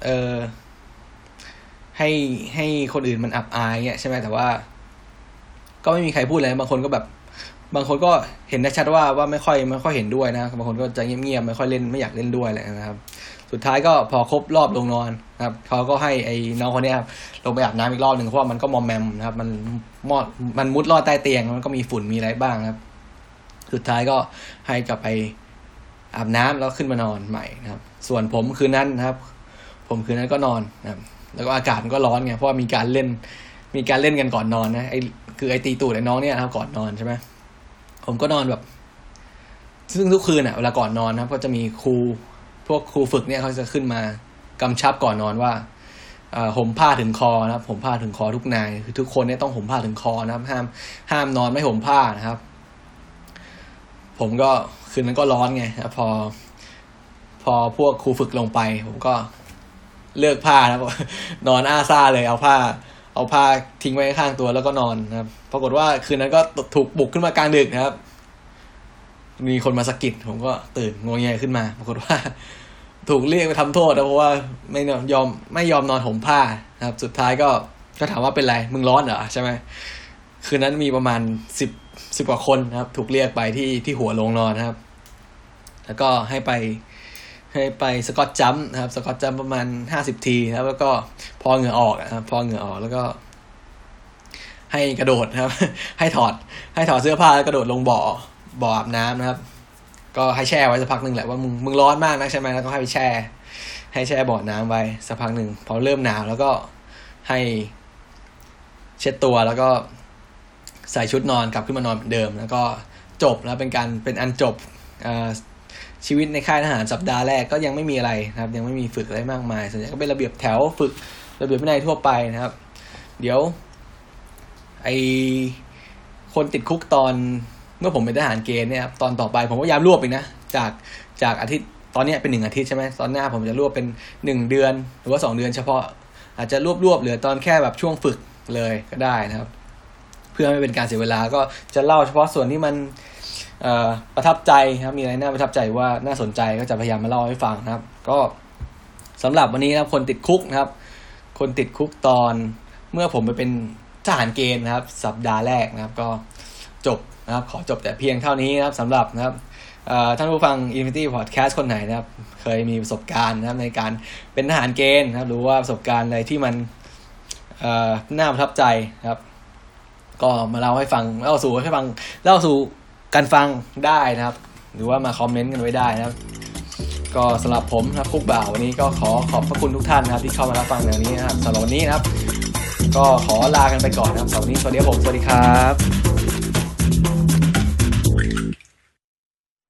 ให้คนอื่นมันอับอายเงี้ยใช่ไหมแต่ว่าก็ไม่มีใครพูดอะไรบางคนก็เห็นได้ชัดว่าไม่ค่อยเห็นด้วยนะบางคนก็จะเงียบๆไม่ค่อยเล่นไม่อยากเล่นด้วยอะไรนะครับสุดท้ายก็พอครบรอบลงนอนนะครับเขาก็ให้ไอ้น้องคนนี้ครับลงไปอาบน้ำอีกรอบนึงเพราะว่ามันก็มอมแมมนะครับมันมุดลอดใต้เตียงมันก็มีฝุ่นมีอะไรบ้างนะครับสุดท้ายก็ให้กลับไปอาบน้ำแล้วขึ้นมานอนใหม่นะครับส่วนผมคืนนั้นนะครับผมคืนนั้นก็นอนนะครับแล้วก็อากาศมันก็ร้อนไงเพราะว่ามีการเล่นกันก่อนนอนนะคือไอ้ตีตูดไอ้น้องเนี่ยนะครับก่อนนอนใช่ไหมผมก็นอนแบบซึ่งทุกคืนเวลาก่อนนอนนะครับก็จะมีพวกครูฝึกเนี่ยเขาจะขึ้นมากำชับก่อนนอนว่าห่มผ้าถึงคอนะครับห่มผ้าถึงคอทุกนายคือทุกคนเนี่ยต้องห่มผ้าถึงคอนะครับห้ามนอนไม่ห่มผ้านะครับผมก็คืนนั้นก็ร้อนไงนะพอพวกครูฝึกลงไปผมก็เลิกผ้านะครับนอนอ้าซ่าเลยเอาผ้าทิ้งไว้ข้างตัวแล้วก็นอนนะครับปรากฏว่าคืนนั้นก็ถูกปลุกขึ้นมากลางดึกนะครับมีคนมาสะกิดผมก็ตื่นงงแงขึ้นมาปรากฏว่าถูกเรียกไปทำโทษนะเพราะว่าไม่ยอมนอนห่มผ้านะครับสุดท้ายก็ถามว่าเป็นไรมึงร้อนเหรอใช่ไหมคืนนั้นมีประมาณ10 กว่าคนนะครับถูกเรียกไปที่หัวโรงนอนนะครับแล้วก็ให้ไปสกอตจัมป์นะครับสกอตจัมป์ประมาณ50 ทีครับแล้วก็พอเหงื่อออกนะครับพอเหงื่อออกแล้วก็ให้กระโดดนะครับให้ถอดเสื้อผ้าแล้วกระโดดลงบ่ออาบน้ำนะครับก็ให้แช่ไว้สักพักนึงแหละว่ามึงร้อนมากนะใช่ไหมแล้วก็ให้แช่บ่อน้ำไว้สักพักนึงพอเริ่มหนาวแล้วก็ให้เช็ดตัวแล้วก็ใส่ชุดนอนกลับขึ้นมานอนเหมือนเดิมแล้วก็จบแล้วเป็นอันจบชีวิตในค่ายทหารสัปดาห์แรกก็ยังไม่มีอะไรนะครับยังไม่มีฝึกอะไรมากมายส่วนใหญ่ก็เป็นระเบียบแถวฝึกระเบียบวินัยทั่วไปนะครับเดี๋ยวไอคนติดคุกตอนเมื่อผมเป็นทหารเกณฑ์เนี่ยครับตอนต่อไปผมก็พยายามรวบอีกนะจากอาทิตย์ตอนนี้เป็น1 อาทิตย์ใช่ไหมตอนหน้าผมจะรวบเป็น1 เดือนหรือว่า2 เดือนเฉพาะอาจจะรวบเหลือตอนแค่แบบช่วงฝึกเลยก็ได้นะครับเพื่อไม่เป็นการเสียเวลาก็จะเล่าเฉพาะส่วนที่มันประทับใจครับมีอะไรน่าประทับใจว่าน่าสนใจก็จะพยายามมาเล่าให้ฟังนะครับก็สำหรับวันนี้นะครับคนติดคุกนะครับคนติดคุกตอนเมื่อผมไปเป็นทหารเกณฑ์นะครับสัปดาห์แรกนะครับก็จบนะครับขอจบแต่เพียงเท่านี้นะครับสำหรับนะครับท่านผู้ฟัง Infinity Podcast คนไหนนะครับเคยมีประสบการณ์นะครับในการเป็นทหารเกณฑ์นะครับหรือว่าประสบการณ์อะไรที่มันน่าประทับใจครับก็มาเล่าให้ฟังเล่าสู่กันฟังได้นะครับหรือว่ามาคอมเมนต์กันไว้ได้นะครับก็สำหรับผมนะครับคุกบ่าววันนี้ก็ขอบพระคุณทุกท่านนะครับที่เข้ามารับฟังในวันนี้นะครับสำหรับวันนี้นะครับก็ขอลากันไปก่อนนะครับสวัสดีครับผมสวัสดีครับ